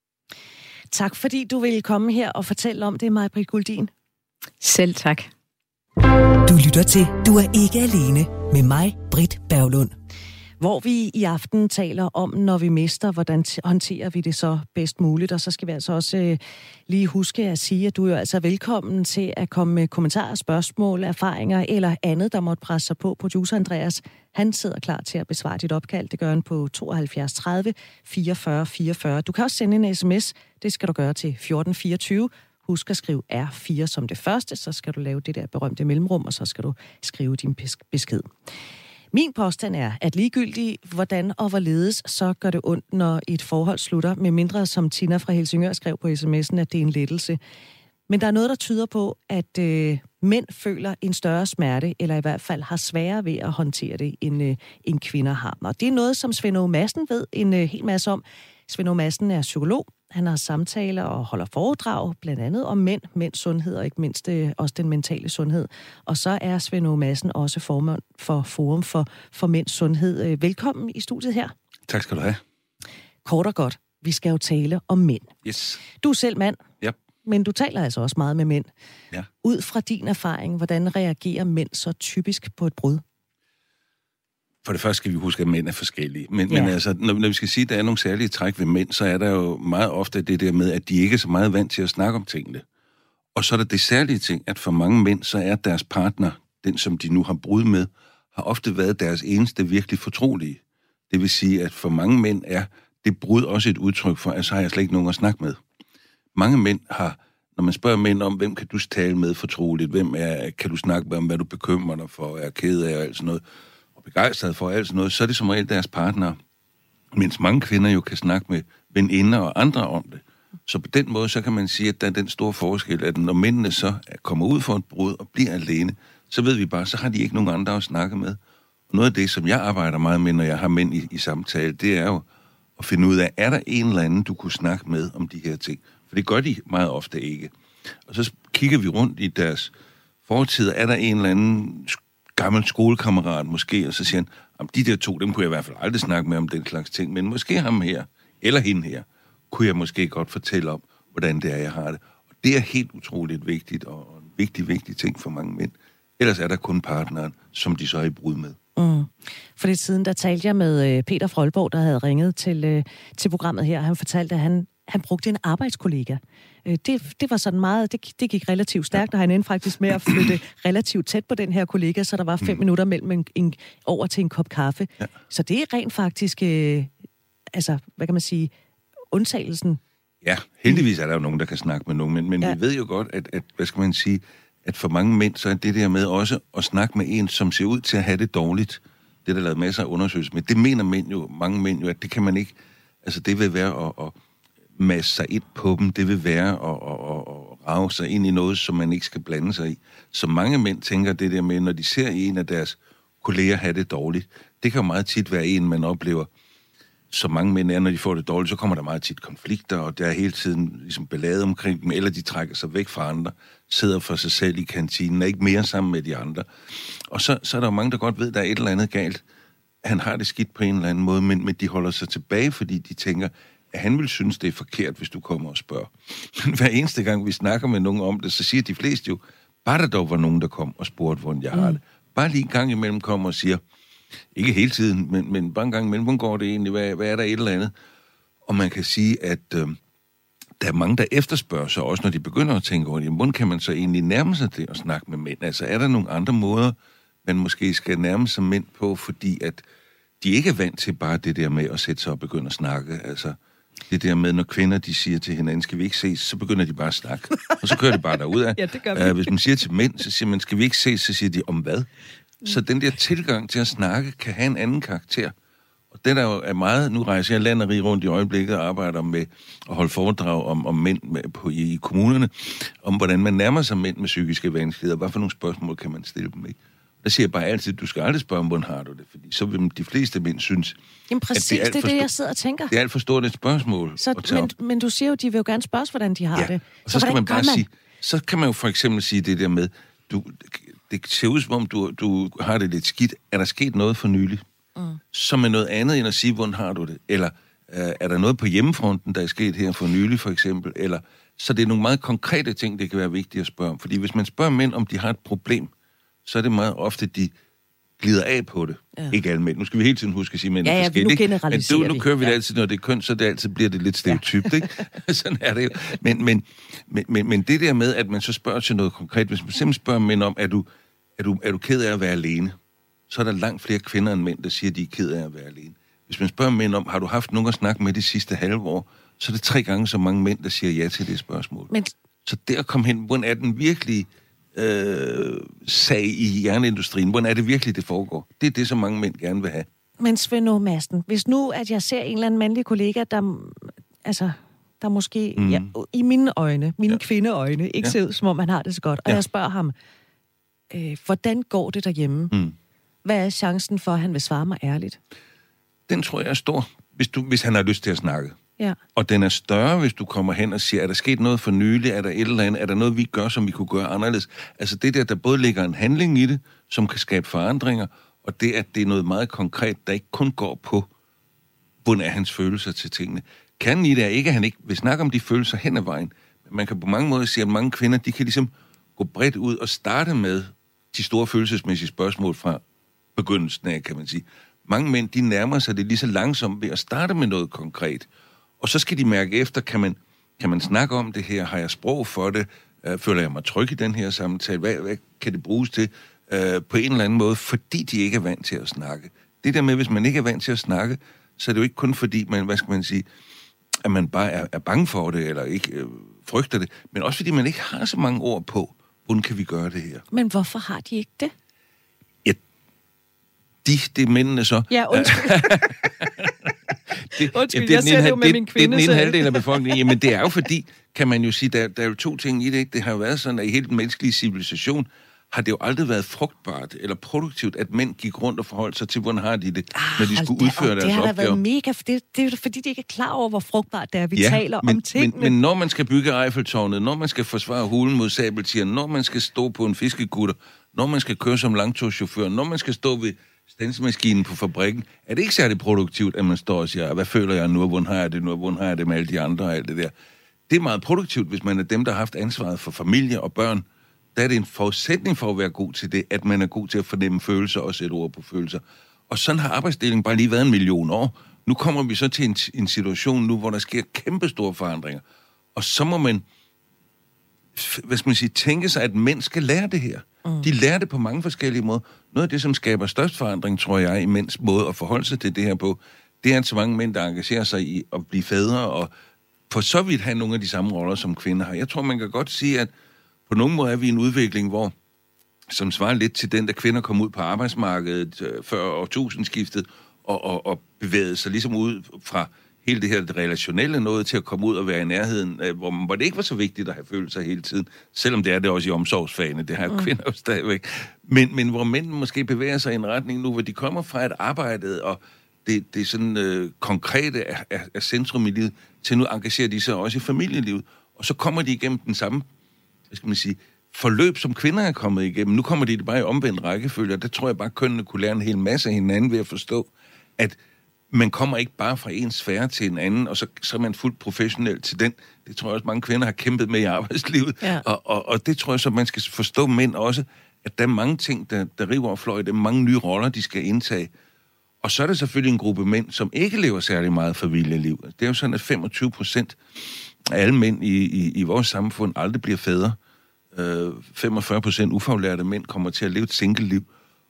Tak fordi du ville komme her og fortælle om det, Maj-Britt Guldin. Selv tak. Du lytter til Du er ikke alene med mig, Britt Berglund. Hvor vi i aften taler om, når vi mister, hvordan håndterer vi det så bedst muligt. Og så skal vi altså også øh, lige huske at sige, at du er jo altså velkommen til at komme med kommentarer, spørgsmål, erfaringer eller andet, der måtte presse sig på. Producer Andreas, Han sidder klar til at besvare dit opkald. Det gør han på tooghalvfjerds tredive fireogfyrre fireogfyrre. Du kan også sende en sms. Det skal du gøre til fjorten fireogtyve. Husk at skrive R fire som det første, så skal du lave det der berømte mellemrum, og så skal du skrive din besked. Min påstand er, at ligegyldigt hvordan og hvorledes, så gør det ondt, når et forhold slutter, med mindre som Tina fra Helsingør skrev på sms'en, at det er en lettelse. Men der er noget, der tyder på, at øh, mænd føler en større smerte, eller i hvert fald har sværere ved at håndtere det, end, øh, end kvinder har. Og det er noget, som Svend Åge Madsen ved en øh, hel masse om. Svend Åge Madsen er psykolog. Han har samtaler og holder foredrag, blandt andet om mænd, mænds sundhed og ikke mindst øh, også den mentale sundhed. Og så er Svend Åge Madsen også formand for Forum for, for Mænds Sundhed. Velkommen i studiet her. Tak skal du have. Kort og godt, vi skal jo tale om mænd. Yes. Du er selv mand, ja. Men du taler altså også meget med mænd. Ja. Ud fra din erfaring, hvordan reagerer mænd så typisk på et brud? For det første skal vi huske, at mænd er forskellige. Men, ja. men altså, når, når vi skal sige, at der er nogle særlige træk ved mænd, så er der jo meget ofte det der med, at de ikke er så meget vant til at snakke om tingene. Og så er der det særlige ting, at for mange mænd, så er deres partner, den som de nu har brud med, har ofte været deres eneste virkelig fortrolige. Det vil sige, at for mange mænd er det brud også et udtryk for, at så har jeg slet ikke nogen at snakke med. Mange mænd har, når man spørger mænd om, hvem kan du tale med fortroligt, hvem er, kan du snakke med om, hvad du bekymrer dig for, er ked af og alt sådan noget, og begejstret for alt sådan noget, så er det som regel deres partner. Mens mange kvinder jo kan snakke med veninder og andre om det. Så på den måde, så kan man sige, at der er den store forskel, at når mændene så kommer ud for et brud og bliver alene, så ved vi bare, så har de ikke nogen andre at snakke med. Og noget af det, som jeg arbejder meget med, når jeg har mænd i, i samtale, det er jo at finde ud af, er der en eller anden, du kunne snakke med om de her ting? For det gør de meget ofte ikke. Og så kigger vi rundt i deres fortid, er der en eller anden gammel skolekammerat måske, og så siger han, om de der to, dem kunne jeg i hvert fald aldrig snakke med om den slags ting, men måske ham her, eller hende her, kunne jeg måske godt fortælle om, hvordan det er, jeg har det. Og det er helt utroligt vigtigt, og en vigtig, vigtig ting for mange mænd. Ellers er der kun partneren, som de så er i brud med. Mm. For lidt siden, der talte jeg med Peter fra Aalborg, der havde ringet til, til programmet her. Han fortalte, at han, han brugte en arbejdskollega. Det, det var sådan meget, det, det gik relativt stærkt, og han endte faktisk med at flytte relativt tæt på den her kollega, så der var fem mm. minutter mellem en, en, over til en kop kaffe. Ja. Så det er rent faktisk, øh, altså, hvad kan man sige, undtagelsen. Ja, heldigvis er der jo nogen, der kan snakke med nogen, men, men ja. vi ved jo godt, at, at, hvad skal man sige, at for mange mænd, så er det der med også at snakke med en, som ser ud til at have det dårligt. Det er der lavet masser af undersøgelser med. Det mener mænd jo, mange mænd jo, at det kan man ikke, altså det vil være at, at masse sig ind på dem, det vil være at, at, at rage sig ind i noget, som man ikke skal blande sig i. Så mange mænd tænker det der med, når de ser en af deres kolleger have det dårligt, det kan jo meget tit være en, man oplever, så mange mænd er, når de får det dårligt, så kommer der meget tit konflikter, og der er hele tiden ligesom ballade omkring dem, eller de trækker sig væk fra andre, sidder for sig selv i kantinen, er ikke mere sammen med de andre. Og så, så er der jo mange, der godt ved, at der er et eller andet galt. Han har det skidt på en eller anden måde, men, men de holder sig tilbage, fordi de tænker, at han vil synes, det er forkert, hvis du kommer og spørger. Men hver eneste gang, vi snakker med nogen om det, så siger de fleste jo, bare der dog var nogen, der kom og spurgte, hvordan jeg har det. Bare lige en gang imellem kommer og siger, ikke hele tiden, men, men bare en gang imellem, hvordan går det egentlig, hvad, hvad er der et eller andet? Og man kan sige, at øh, der er mange, der efterspørger sig, også når de begynder at tænke over det, hvordan kan man så egentlig nærme sig det at snakke med mænd? Altså er der nogle andre måder, man måske skal nærme sig mænd på, fordi at de ikke er vant til bare det der med at sætte sig og begynde at snakke, altså det der med, når kvinder de siger til hinanden, skal vi ikke ses, så begynder de bare at snakke. Og så kører de bare derudad. Ja, det gør vi. Uh, hvis man siger til mænd, så siger man, skal vi ikke ses, så siger de, om hvad? Så den der tilgang til at snakke kan have en anden karakter. Og det der jo er meget, nu rejser jeg land og rig rundt i øjeblikket og arbejder med at holde foredrag om, om mænd med, på, i, i kommunerne, om hvordan man nærmer sig mænd med psykiske vanskeligheder. Hvad for nogle spørgsmål kan man stille dem, ikke? Der siger jeg bare altid, du skal aldrig spørge, hvordan har du det? Fordi så vil de fleste mænd synes, jamen præcis, at det er, det, er det, jeg sidder og tænker. Det er alt for stort et spørgsmål. Så, men, men du siger jo, de vil jo gerne spørge, hvordan de har ja, det. Og så, så skal man bare man? sige, så kan man jo for eksempel sige det der med, du, det ser ud som om, du, du har det lidt skidt. Er der sket noget for nylig? Mm. Som er noget andet end at sige, hvordan har du det? Eller øh, er der noget på hjemmefronten, der er sket her for nylig for eksempel? Eller, så det er nogle meget konkrete ting, det kan være vigtigt at spørge om. Fordi hvis man spørger mænd, om de har et problem, så er det meget ofte, de glider af på det. Ja. Ikke alle mænd. Nu skal vi hele tiden huske at sige, at mænd er ja, ja, forskellige. Nu men du, nu kører vi det ja. altid, når det er køn, så det altid bliver det lidt stereotypt, ja. ikke? Sådan er det jo. Men, men, men, men, men det der med, at man så spørger til noget konkret, hvis man simpelthen spørger mænd om, er du, er du, er du ked af at være alene? så er der langt flere kvinder end mænd, der siger, at de er ked af at være alene. Hvis man spørger mænd om, har du haft nogen at snakke med det sidste halve år, så er det tre gange så mange mænd, der siger ja til det spørgsmål. Men... Så der kom hen, hvordan er den virkelige øh, sag i jernindustrien? Hvordan er det virkelig, det foregår? Det er det, som mange mænd gerne vil have. Men Svend Åge Madsen, hvis nu, at jeg ser en eller anden mandlig kollega, der, altså, der måske, mm. ja, i mine øjne, mine ja. kvindeøjne, ikke ja. ser ud, som om han har det så godt, og ja. jeg spørger ham, øh, hvordan går det derhjemme? Mm. Hvad er chancen for, at han vil svare mig ærligt? Den tror jeg er stor, hvis, du, hvis han har lyst til at snakke. Ja. Og den er større, hvis du kommer hen og siger, er der sket noget for nylig, er der et eller andet, er der noget, vi gør, som vi kunne gøre anderledes? Altså det der, der både ligger en handling i det, som kan skabe forandringer, og det, at det er noget meget konkret, der ikke kun går på, hvordan er hans følelser til tingene. Kernen i det er ikke, at han ikke vil snakke om de følelser hen ad vejen. Men man kan på mange måder sige, at mange kvinder, de kan ligesom gå bredt ud og starte med de store følelsesmæssige spørgsmål fra begyndelsen af, kan man sige. Mange mænd, de nærmer sig det lige så langsomt ved at starte med noget konkret. Og så skal de mærke efter, kan man, kan man snakke om det her? Har jeg sprog for det? Øh, føler jeg mig tryg i den her samtale? Hvad, hvad kan det bruges til? Øh, på en eller anden måde, fordi de ikke er vant til at snakke. Det der med, hvis man ikke er vant til at snakke, så er det jo ikke kun fordi, man, hvad skal man sige, at man bare er, er bange for det, eller ikke øh, frygter det, men også fordi man ikke har så mange ord på, hvordan kan vi gøre det her. Men hvorfor har de ikke det? Ja, de, det er mændene så. Ja, undskyld. det, undskyld, ja, det, jeg ser det jo med det, min kvinde. Det er den ene halvdel af befolkningen. Jamen, det er jo fordi, kan man jo sige, der, der er jo to ting i det, ikke? Det har jo været sådan, at i hele den menneskelige civilisation, har det jo aldrig været frugtbart eller produktivt, at mænd gik rundt og forholdt sig til, hvordan har de det, ah, når de skulle udføre deres opgaver. Det har da været mega, det, det er jo fordi, de ikke er klar over, hvor frugtbart det er, vi ja, taler men, om tingene. Men, men når man skal bygge Eiffeltårnet, når man skal forsvare hulen mod sabeltigeren, når man skal stå på en fiskekutter, når man skal køre som langtogschauffør, når man skal stå ved standsmaskinen på fabrikken, er det ikke særlig produktivt, at man står og siger, hvad føler jeg nu, og hvordan har jeg det nu, og hvordan har jeg det med alle de andre og alt det der. Det er meget produktivt, hvis man er dem, der har haft ansvaret for familie og børn. Der er det en forudsætning for at være god til det, at man er god til at fornemme følelser og sætte ord på følelser. Og sådan har arbejdsdelingen bare lige været en million år. Nu kommer vi så til en, en situation nu, hvor der sker kæmpe store forandringer. Og så må man, hvad skal man sige, tænke sig, at mænd skal lære det her. Mm. De lærer det på mange forskellige måder. Noget af det, som skaber størst forandring, tror jeg, i mænds måde at forholde sig til det her på, det er, at så mange mænd, der engagerer sig i at blive fædre, og for så vidt have nogle af de samme roller, som kvinder har. Jeg tror, man kan godt sige, at på nogen måde er vi i en udvikling, hvor, som svarer lidt til den, der kvinder kom ud på arbejdsmarkedet øh, før årtusindskiftet, og, og, og bevægede sig ligesom ud fra hele det her det relationelle noget til at komme ud og være i nærheden, øh, hvor, hvor det ikke var så vigtigt at have følelser hele tiden, selvom det er det også i omsorgsfagene, det har mm. kvinder jo stadigvæk. Men, men hvor mænd måske bevæger sig i en retning nu, hvor de kommer fra et arbejde, og det, det er sådan øh, konkrete er, er, er centrum i livet, til nu engagerer de sig også i familielivet, og så kommer de igennem den samme, hvad skal man sige, forløb, som kvinder er kommet igennem. Nu kommer de det bare i omvendt rækkefølge, og der tror jeg bare, at kønnene kunne lære en hel masse af hinanden ved at forstå, at man kommer ikke bare fra en sfære til en anden, og så, så er man fuldt professionel til den. Det tror jeg også, mange kvinder har kæmpet med i arbejdslivet. Ja. Og, og, og det tror jeg så, man skal forstå mænd også, at der er mange ting, der, der river og fløj. Der er mange nye roller, de skal indtage. Og så er der selvfølgelig en gruppe mænd, som ikke lever særlig meget familieliv. Det er jo sådan, at femogtyve procent af alle mænd i, i, i vores samfund aldrig bliver fædre. Øh, femogfyrre procent ufaglærte mænd kommer til at leve et single-liv.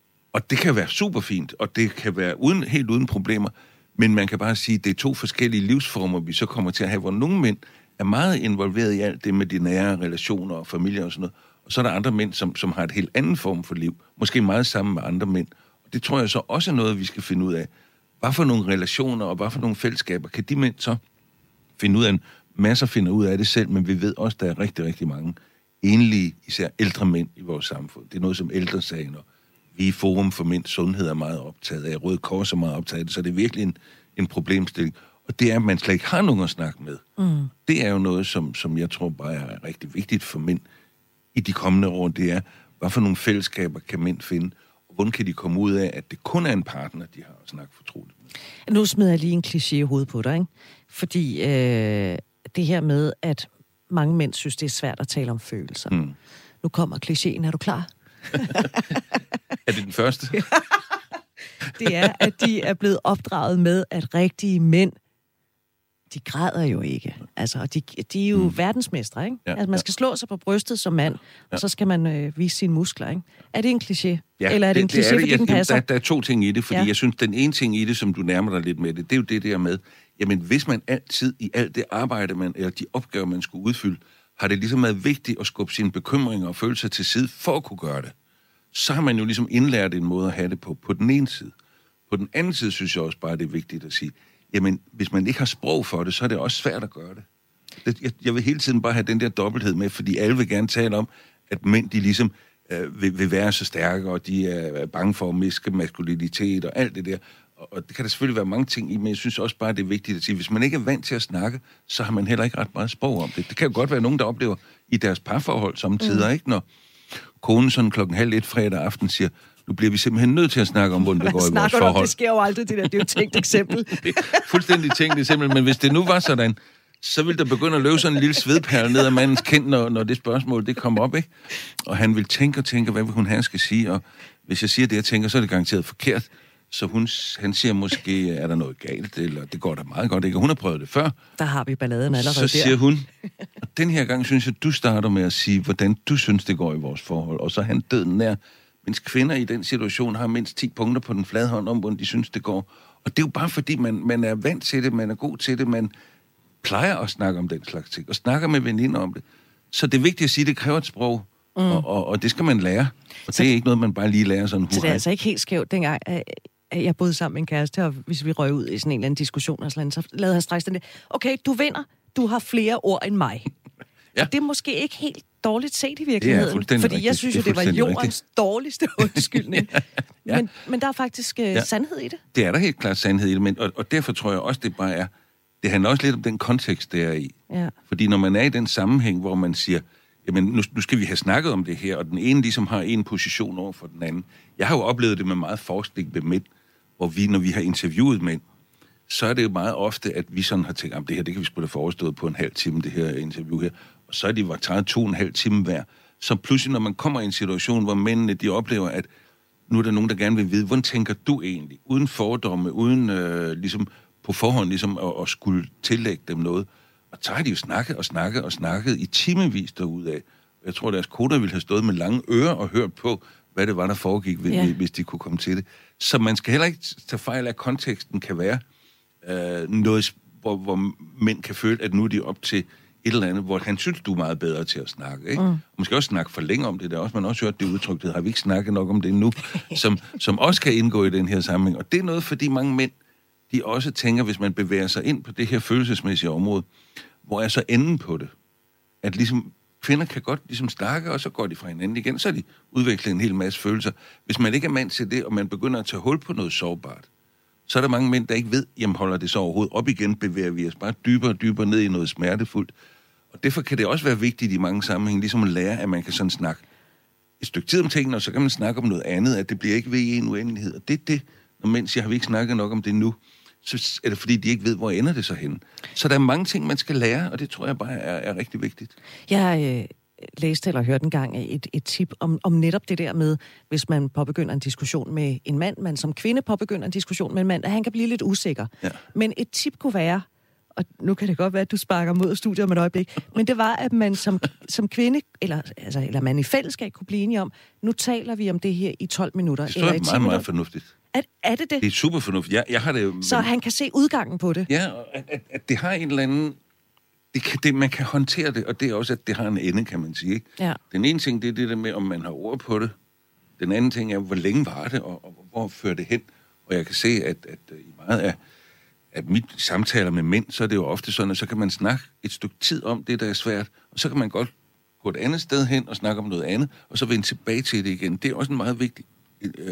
Og det kan være super fint, og det kan være uden, helt uden problemer. Men man kan bare sige, at det er to forskellige livsformer, vi så kommer til at have, hvor nogle mænd er meget involveret i alt det med de nære relationer og familier og sådan noget. Og så er der andre mænd, som, som har et helt anden form for liv. Måske meget sammen med andre mænd. Og det tror jeg så også er noget, vi skal finde ud af. Hvad for nogle relationer og hvad for nogle fællesskaber kan de mænd så finde ud af? Masser finder ud af det selv, men vi ved også, at der er rigtig, rigtig mange enlige, især ældre mænd i vores samfund. Det er noget, som Ældresagen og vi i Forum for Mænds Sundhed er meget optaget af. Røde Kors er meget optaget af, så det er virkelig en, en problemstilling. Og det er, at man slet ikke har nogen at snakke med. Mm. Det er jo noget, som, som jeg tror bare er rigtig vigtigt for mænd i de kommende år. Det er, hvad for nogle fællesskaber kan mænd finde, og hvordan kan de komme ud af, at det kun er en partner, de har at snakke fortroligt med. Nu smider jeg lige en kliché i hovedet på dig, ikke? Fordi øh, det her med, at mange mænd synes, det er svært at tale om følelser. Mm. Nu kommer klichéen. Er du klar? Er det den første? Det er, at de er blevet opdraget med, at rigtige mænd De græder jo ikke. Altså, de, de er jo mm. verdensmestre, ikke? Ja, altså, man skal slå sig på brystet som mand, ja. og så skal man øh, vise sine muskler, ikke? Er det en kliché? Ja, Eller er det, det en kliché, fordi jeg, den passer? Der, der er to ting i det, fordi ja. jeg synes, den ene ting i det, som du nærmer dig lidt med det, det er jo det der med, jamen hvis man altid i alt det arbejde, man, eller de opgaver, man skulle udfylde, har det ligesom været vigtigt at skubbe sine bekymringer og følelser til side for at kunne gøre det. Så har man jo ligesom indlært en måde at have det på, på den ene side. På den anden side synes jeg også bare, det er vigtigt at sige, jamen, hvis man ikke har sprog for det, så er det også svært at gøre det. Jeg, jeg vil hele tiden bare have den der dobbelthed med, fordi alle vil gerne tale om, at mænd, de ligesom øh, vil, vil være så stærke, og de er bange for at miske maskulinitet og alt det der. Og, og det kan der selvfølgelig være mange ting i, men jeg synes også bare, det er vigtigt at sige, hvis man ikke er vant til at snakke, så har man heller ikke ret meget sprog om det. Det kan jo godt være nogen, der oplever i deres parforhold samtidig, mm. ikke? Når konen sådan klokken halv et fredag aften siger, nu bliver vi simpelthen nødt til at snakke om, hvordan det går i vores forhold. Om? Det sker jo aldrig, det der. Det er jo et tænkt eksempel. Det er fuldstændig tænkt eksempel, men hvis det nu var sådan, så ville der begynde at løbe sådan en lille svedperle ned ad mandens kind, når, når det spørgsmål, det kom op, ikke? Og han vil tænke og tænke, hvad vil hun her skal sige, og hvis jeg siger det, jeg tænker, så er det garanteret forkert. Så hun, han siger måske, er der noget galt, eller det går da meget godt, ikke? Hun har prøvet det før. Der har vi balladen allerede så der. Så siger hun, og den her gang synes jeg, du starter med at sige, hvordan du synes, det går i vores forhold, og så er han døden nær. Mens kvinder i den situation har mindst ti punkter på den flade hånd om, hvordan de synes, det går. Og det er jo bare fordi, man, man er vant til det, man er god til det, man plejer at snakke om den slags ting, og snakker med veninder om det. Så det er vigtigt at sige, at det kræver et sprog, mm. og, og, og det skal man lære. Og så, det er ikke noget, man bare lige lærer sådan hurtigt. Så det er altså ikke helt skævt, dengang at jeg boede sammen med en kæreste, og hvis vi røg ud i sådan en eller anden diskussion, og sådan, så lavede han straks den der, okay, du vinder, du har flere ord end mig. Ja. Og det er måske ikke helt dårligt set i virkeligheden, fordi rigtigt. jeg synes jo, det, det var jordens rigtigt. dårligste undskyldning. ja. Ja. Men, men der er faktisk uh, ja. sandhed i det. Det er der helt klart sandhed i det, men, og, og derfor tror jeg også, det bare er, det handler også lidt om den kontekst, det er i. Ja. Fordi når man er i den sammenhæng, hvor man siger, jamen nu, nu skal vi have snakket om det her, og den ene ligesom har en position over for den anden. Jeg har jo oplevet det med meget forskning med mænd, hvor vi, når vi har interviewet mænd, så er det jo meget ofte, at vi sådan har tænkt, at det her, det kan vi sgu da forestået på en halv time, det her interview her. Og så er de var taget to og en halv time hver. Så pludselig, når man kommer i en situation, hvor mændene, de oplever, at nu er der nogen, der gerne vil vide, hvordan tænker du egentlig? Uden fordomme, uden øh, ligesom på forhånd ligesom at, at skulle tillægge dem noget. Og så har de jo snakket og snakket og snakket i timevis derudaf. Jeg tror, deres koder ville have stået med lange ører og hørt på, hvad det var, der foregik, ja. hvis de kunne komme til det. Så man skal heller ikke tage fejl af, at konteksten kan være øh, noget, hvor, hvor mænd kan føle, at nu er de op til et eller andet, hvor han synes, du er meget bedre til at snakke, ikke? Mm. Og man skal også snakke for længe om det der. Også, man har også hørt det udtryk, det har vi ikke snakket nok om det nu, som, som også kan indgå i den her sammenhæng. Og det er noget, fordi mange mænd, de også tænker, hvis man bevæger sig ind på det her følelsesmæssige område, hvor er så enden på det? At ligesom kvinder kan godt ligesom snakke, og så går de fra hinanden igen, så er de udviklet en hel masse følelser. Hvis man ikke er mand til det, og man begynder at tage hul på noget sårbart, så er der mange mænd, der ikke ved, jamen holder det så overhovedet op igen, bevæger vi os bare dybere og dybere ned i noget smertefuldt. Og derfor kan det også være vigtigt i mange sammenhænge, ligesom at lære, at man kan sådan snakke et stykke tid om tingene, og så kan man snakke om noget andet, at det bliver ikke ved i en uendelighed. Og det er det, når mænd siger, har vi ikke snakket nok om det nu, så er det fordi, de ikke ved, hvor ender det så hen. Så der er mange ting, man skal lære, og det tror jeg bare er, er rigtig vigtigt. Jeg øh, læste eller hørte engang et, et tip om, om netop det der med, hvis man påbegynder en diskussion med en mand, man som kvinde påbegynder en diskussion med en mand, at han kan blive lidt usikker. Ja. Men et tip kunne være, og nu kan det godt være, at du sparker mod studiet om et øjeblik, men det var, at man som, som kvinde, eller, altså, eller man i fællesskab kunne blive enige om, nu taler vi om det her i tolv minutter. Det står meget, meget fornuftigt. Er, er det det? Det er super fornuftigt. Jeg, jeg har det jo, så men... han kan se udgangen på det? Ja, at, at, at det har en eller anden... Det kan, det, man kan håndtere det, og det er også, at det har en ende, kan man sige. Ikke? Ja. Den ene ting, det er det der med, om man har ord på det. Den anden ting er, hvor længe var det, og, og hvor fører det hen? Og jeg kan se, at, at i meget af at mit samtaler med mænd, så er det jo ofte sådan, at så kan man snakke et stykke tid om det, der er svært, og så kan man godt gå et andet sted hen og snakke om noget andet, og så vende tilbage til det igen. Det er også en meget vigtig øh,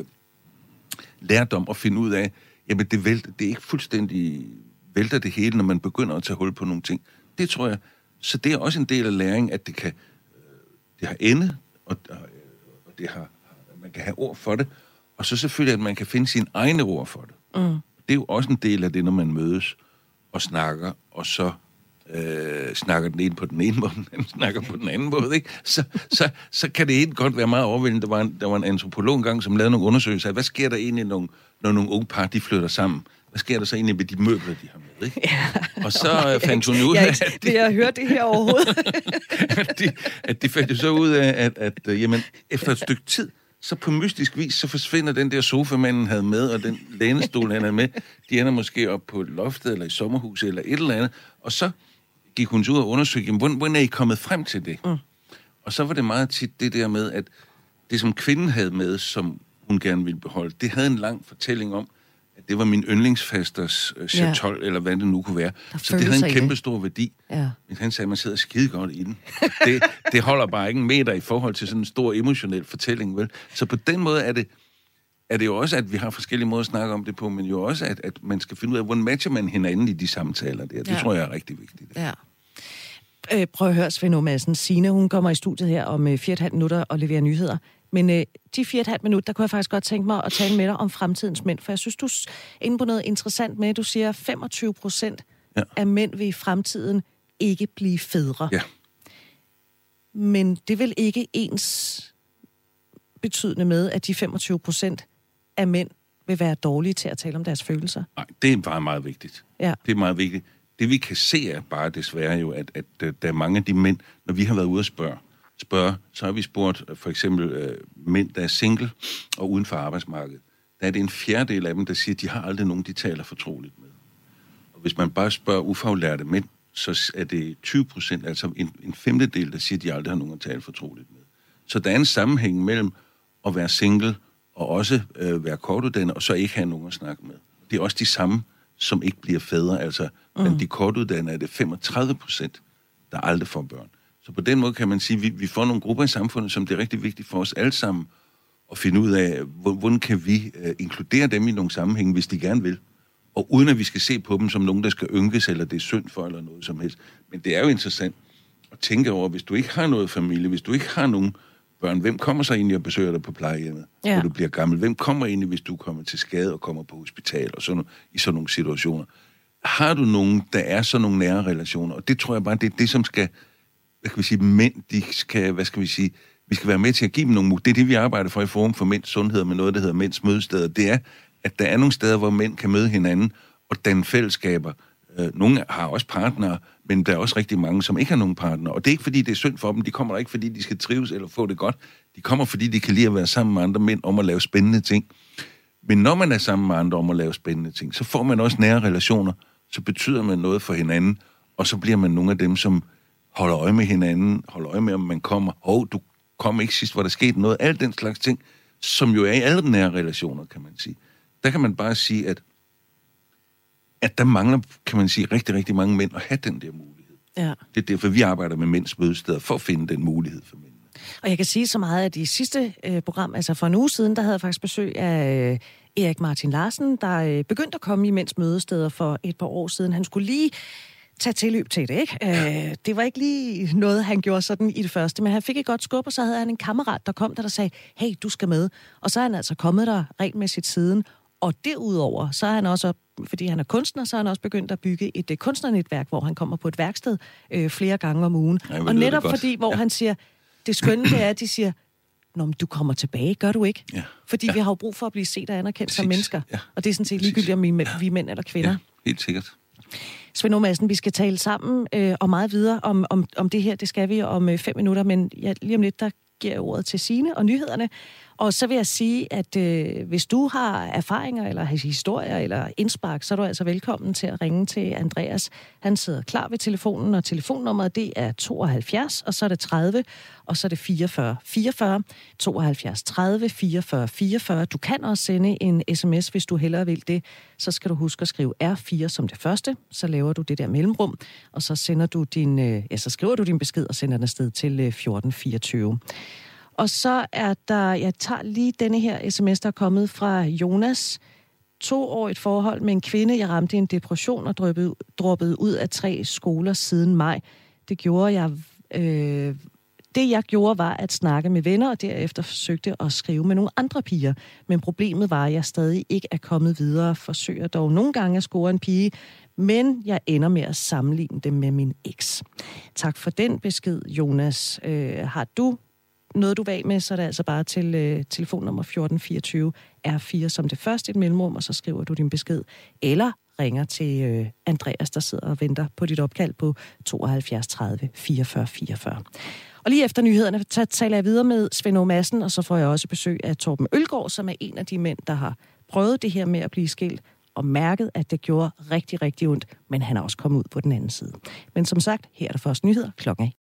lærdom at finde ud af, jamen det, vælter, det er ikke fuldstændig vælter det hele, når man begynder at tage hul på nogle ting. Det tror jeg. Så det er også en del af læring, at det kan det har ende, og, og det har, man kan have ord for det, og så selvfølgelig, at man kan finde sine egne ord for det. Mm. Det er jo også en del af det, når man mødes og snakker, og så øh, snakker den ene på den ene måde, den anden snakker på den anden måde, ikke? Så, så, så kan det helt godt være meget overvældende. Der var en, der var en antropolog engang, som lavede nogle undersøgelser af, hvad sker der egentlig, når, når nogle unge par, de flytter sammen? Hvad sker der så egentlig med de møbler, de har med, ikke? Ja. Og så fandt hun ud af, at de... Jeg har hørt det her overhovedet. at, de, at de fandt jo så ud af, at, at, at jamen, efter et stykke tid, så på mystisk vis, så forsvinder den der sofa, manden havde med, og den lænestol, han havde med, de ender måske op på loftet, eller i sommerhuset, eller et eller andet. Og så gik hun ud og undersøgte, jamen, hvordan, hvordan er I kommet frem til det? Mm. Og så var det meget tit det der med, at det, som kvinden havde med, som hun gerne ville beholde, det havde en lang fortælling om, at det var min yndlingsfasters uh, chatol, ja. Eller hvad det nu kunne være. Der så det havde en kæmpe stor værdi. Ja. Men han sagde, at man sidder skide godt i den. Det, det holder bare ikke en meter i forhold til sådan en stor emotionel fortælling, vel? Så på den måde er det, er det jo også, at vi har forskellige måder at snakke om det på, men jo også, at, at man skal finde ud af, hvordan matcher man hinanden i de samtaler der. Det ja. Tror jeg er rigtig vigtigt. Ja. Øh, prøv at høre, Svend Åge Madsen. Signe, hun kommer i studiet her om øh, fire og et halvt minutter og leverer nyheder. Men øh, de fire og et halvt minutter, der kunne jeg faktisk godt tænke mig at tale med dig om fremtidens mænd. For jeg synes, du er inde på noget interessant med, du siger, at femogtyve procent ja. Af mænd vil i fremtiden ikke blive fædre. Ja. Men det vil ikke ens betydende med, at de femogtyve procent af mænd vil være dårlige til at tale om deres følelser. Nej, det er bare meget vigtigt. Ja. Det er meget vigtigt. Det vi kan se er bare desværre jo, at, at, at der er mange af de mænd, når vi har været ude at spørge, spørge så har vi spurgt for eksempel øh, mænd, der er single og uden for arbejdsmarkedet. Der er det en fjerdedel af dem, der siger, at de har aldrig nogen, de taler fortroligt med. Og hvis man bare spørger ufaglærte mænd, så er det tyve procent, altså en, en femtedel, der siger, at de aldrig har nogen at tale fortroligt med. Så der er en sammenhæng mellem at være single og også øh, være kortuddannet, og så ikke have nogen at snakke med. Det er også de samme, som ikke bliver fædre. Altså, mm. men de kortuddannede er det femogtredive procent, der aldrig får børn. Så på den måde kan man sige, at vi, vi får nogle grupper i samfundet, som det er rigtig vigtigt for os alle sammen at finde ud af, hvordan kan vi øh, inkludere dem i nogle sammenhænge, hvis de gerne vil. Og uden at vi skal se på dem som nogen, der skal ynkes, eller det er synd for, eller noget som helst. Men det er jo interessant at tænke over, hvis du ikke har noget familie, hvis du ikke har nogen børn, hvem kommer så egentlig og besøger dig på plejehjemmet, ja. Når du bliver gammel? Hvem kommer egentlig, hvis du kommer til skade og kommer på hospital, og sådan, i sådan nogle situationer? Har du nogen, der er sådan nogle nære relationer? Og det tror jeg bare, det er det, som skal, hvad skal vi sige, mænd, de skal, hvad skal vi sige, vi skal være med til at give dem nogle muligheder. Det er det, vi arbejder for i Forum for Mænds Sundhed, med noget, der hedder Mænds Mødesteder. Det er, at der er nogle steder, hvor mænd kan møde hinanden og danne fællesskaber. Nogle har også partnere, men der er også rigtig mange, som ikke har nogen partner. Og det er ikke, fordi det er synd for dem. De kommer der ikke, fordi de skal trives eller få det godt. De kommer, fordi de kan lide at være sammen med andre mænd om at lave spændende ting. Men når man er sammen med andre om at lave spændende ting, så får man også nære relationer. Så betyder man noget for hinanden, og så bliver man nogle af dem, som holder øje med hinanden, holder øje med, om man kommer. Åh, oh, du kom ikke sidst, hvor der skete noget. Alt den slags ting, som jo er i alle nære relationer, kan man sige. Der kan man bare sige, at at der mangler, kan man sige, rigtig, rigtig mange mænd at have den der mulighed. Ja. Det er derfor, vi arbejder med mænds mødesteder, for at finde den mulighed for mændene. Og jeg kan sige så meget, at i sidste øh, program, altså for en uge siden, der havde jeg faktisk besøg af øh, Erik Martin Larsen, der øh, begyndte at komme i mænds mødesteder for et par år siden. Han skulle lige tage tilløb til det, ikke? Ja. Øh, det var ikke lige noget, han gjorde sådan i det første, men han fik et godt skub, og så havde han en kammerat, der kom der, der sagde, hey, du skal med. Og så er han altså kommet der regelmæssigt siden. Og derudover, så er han også, fordi han er kunstner, så er han også begyndt at bygge et uh, kunstnernetværk, hvor han kommer på et værksted øh, flere gange om ugen. Ej, og netop fordi, hvor ja. Han siger, det skønne det er, at de siger, nå, men du kommer tilbage, gør du ikke? Ja. Fordi ja. Vi har jo brug for at blive set og anerkendt Præcis. Som mennesker. Ja. Og det er sådan set ligegyldigt, om vi, ja. vi er mænd eller kvinder. Ja, helt sikkert. Svend Åge Madsen, vi skal tale sammen øh, og meget videre om, om, om det her. Det skal vi om øh, fem minutter, men ja, lige om lidt, der giver jeg ordet til Signe og nyhederne. Og så vil jeg sige, at øh, hvis du har erfaringer, eller historier, eller indspark, så er du altså velkommen til at ringe til Andreas. Han sidder klar ved telefonen, og telefonnummeret det er tooghalvfjerds, og så er det tredive, og så er det fireogfyrre fireogfyrre, tooghalvfjerds tredive fireogfyrre fireogfyrre. Du kan også sende en sms, hvis du hellere vil det. Så skal du huske at skrive R fire som det første, så laver du det der mellemrum, og så sender du din, øh, ja, så skriver du din besked og sender den afsted til øh, fjorten fireogtyve. Og så er der, jeg tager lige denne her sms, der er kommet fra Jonas. Toårigt forhold med en kvinde. Jeg ramte i en depression og droppede, droppede ud af tre skoler siden maj. Det gjorde jeg, øh, Det, jeg gjorde, var at snakke med venner, og derefter forsøgte at skrive med nogle andre piger. Men problemet var, at jeg stadig ikke er kommet videre. Forsøger dog nogle gange at score en pige, men jeg ender med at sammenligne dem med min eks. Tak for den besked, Jonas. Øh, har du noget, du vil af med, så er det altså bare til øh, telefonnummer fjorten fireogtyve R fire som det første, et mellemrum, og så skriver du din besked. Eller ringer til øh, Andreas, der sidder og venter på dit opkald på tooghalvfjerds tredive fireogfyrre fireogfyrre. Og lige efter nyhederne taler jeg videre med Svend Aage Madsen, og så får jeg også besøg af Torben Ølgaard, som er en af de mænd, der har prøvet det her med at blive skilt, og mærket, at det gjorde rigtig, rigtig ondt, men han er også kommet ud på den anden side. Men som sagt, her er der først nyheder klokken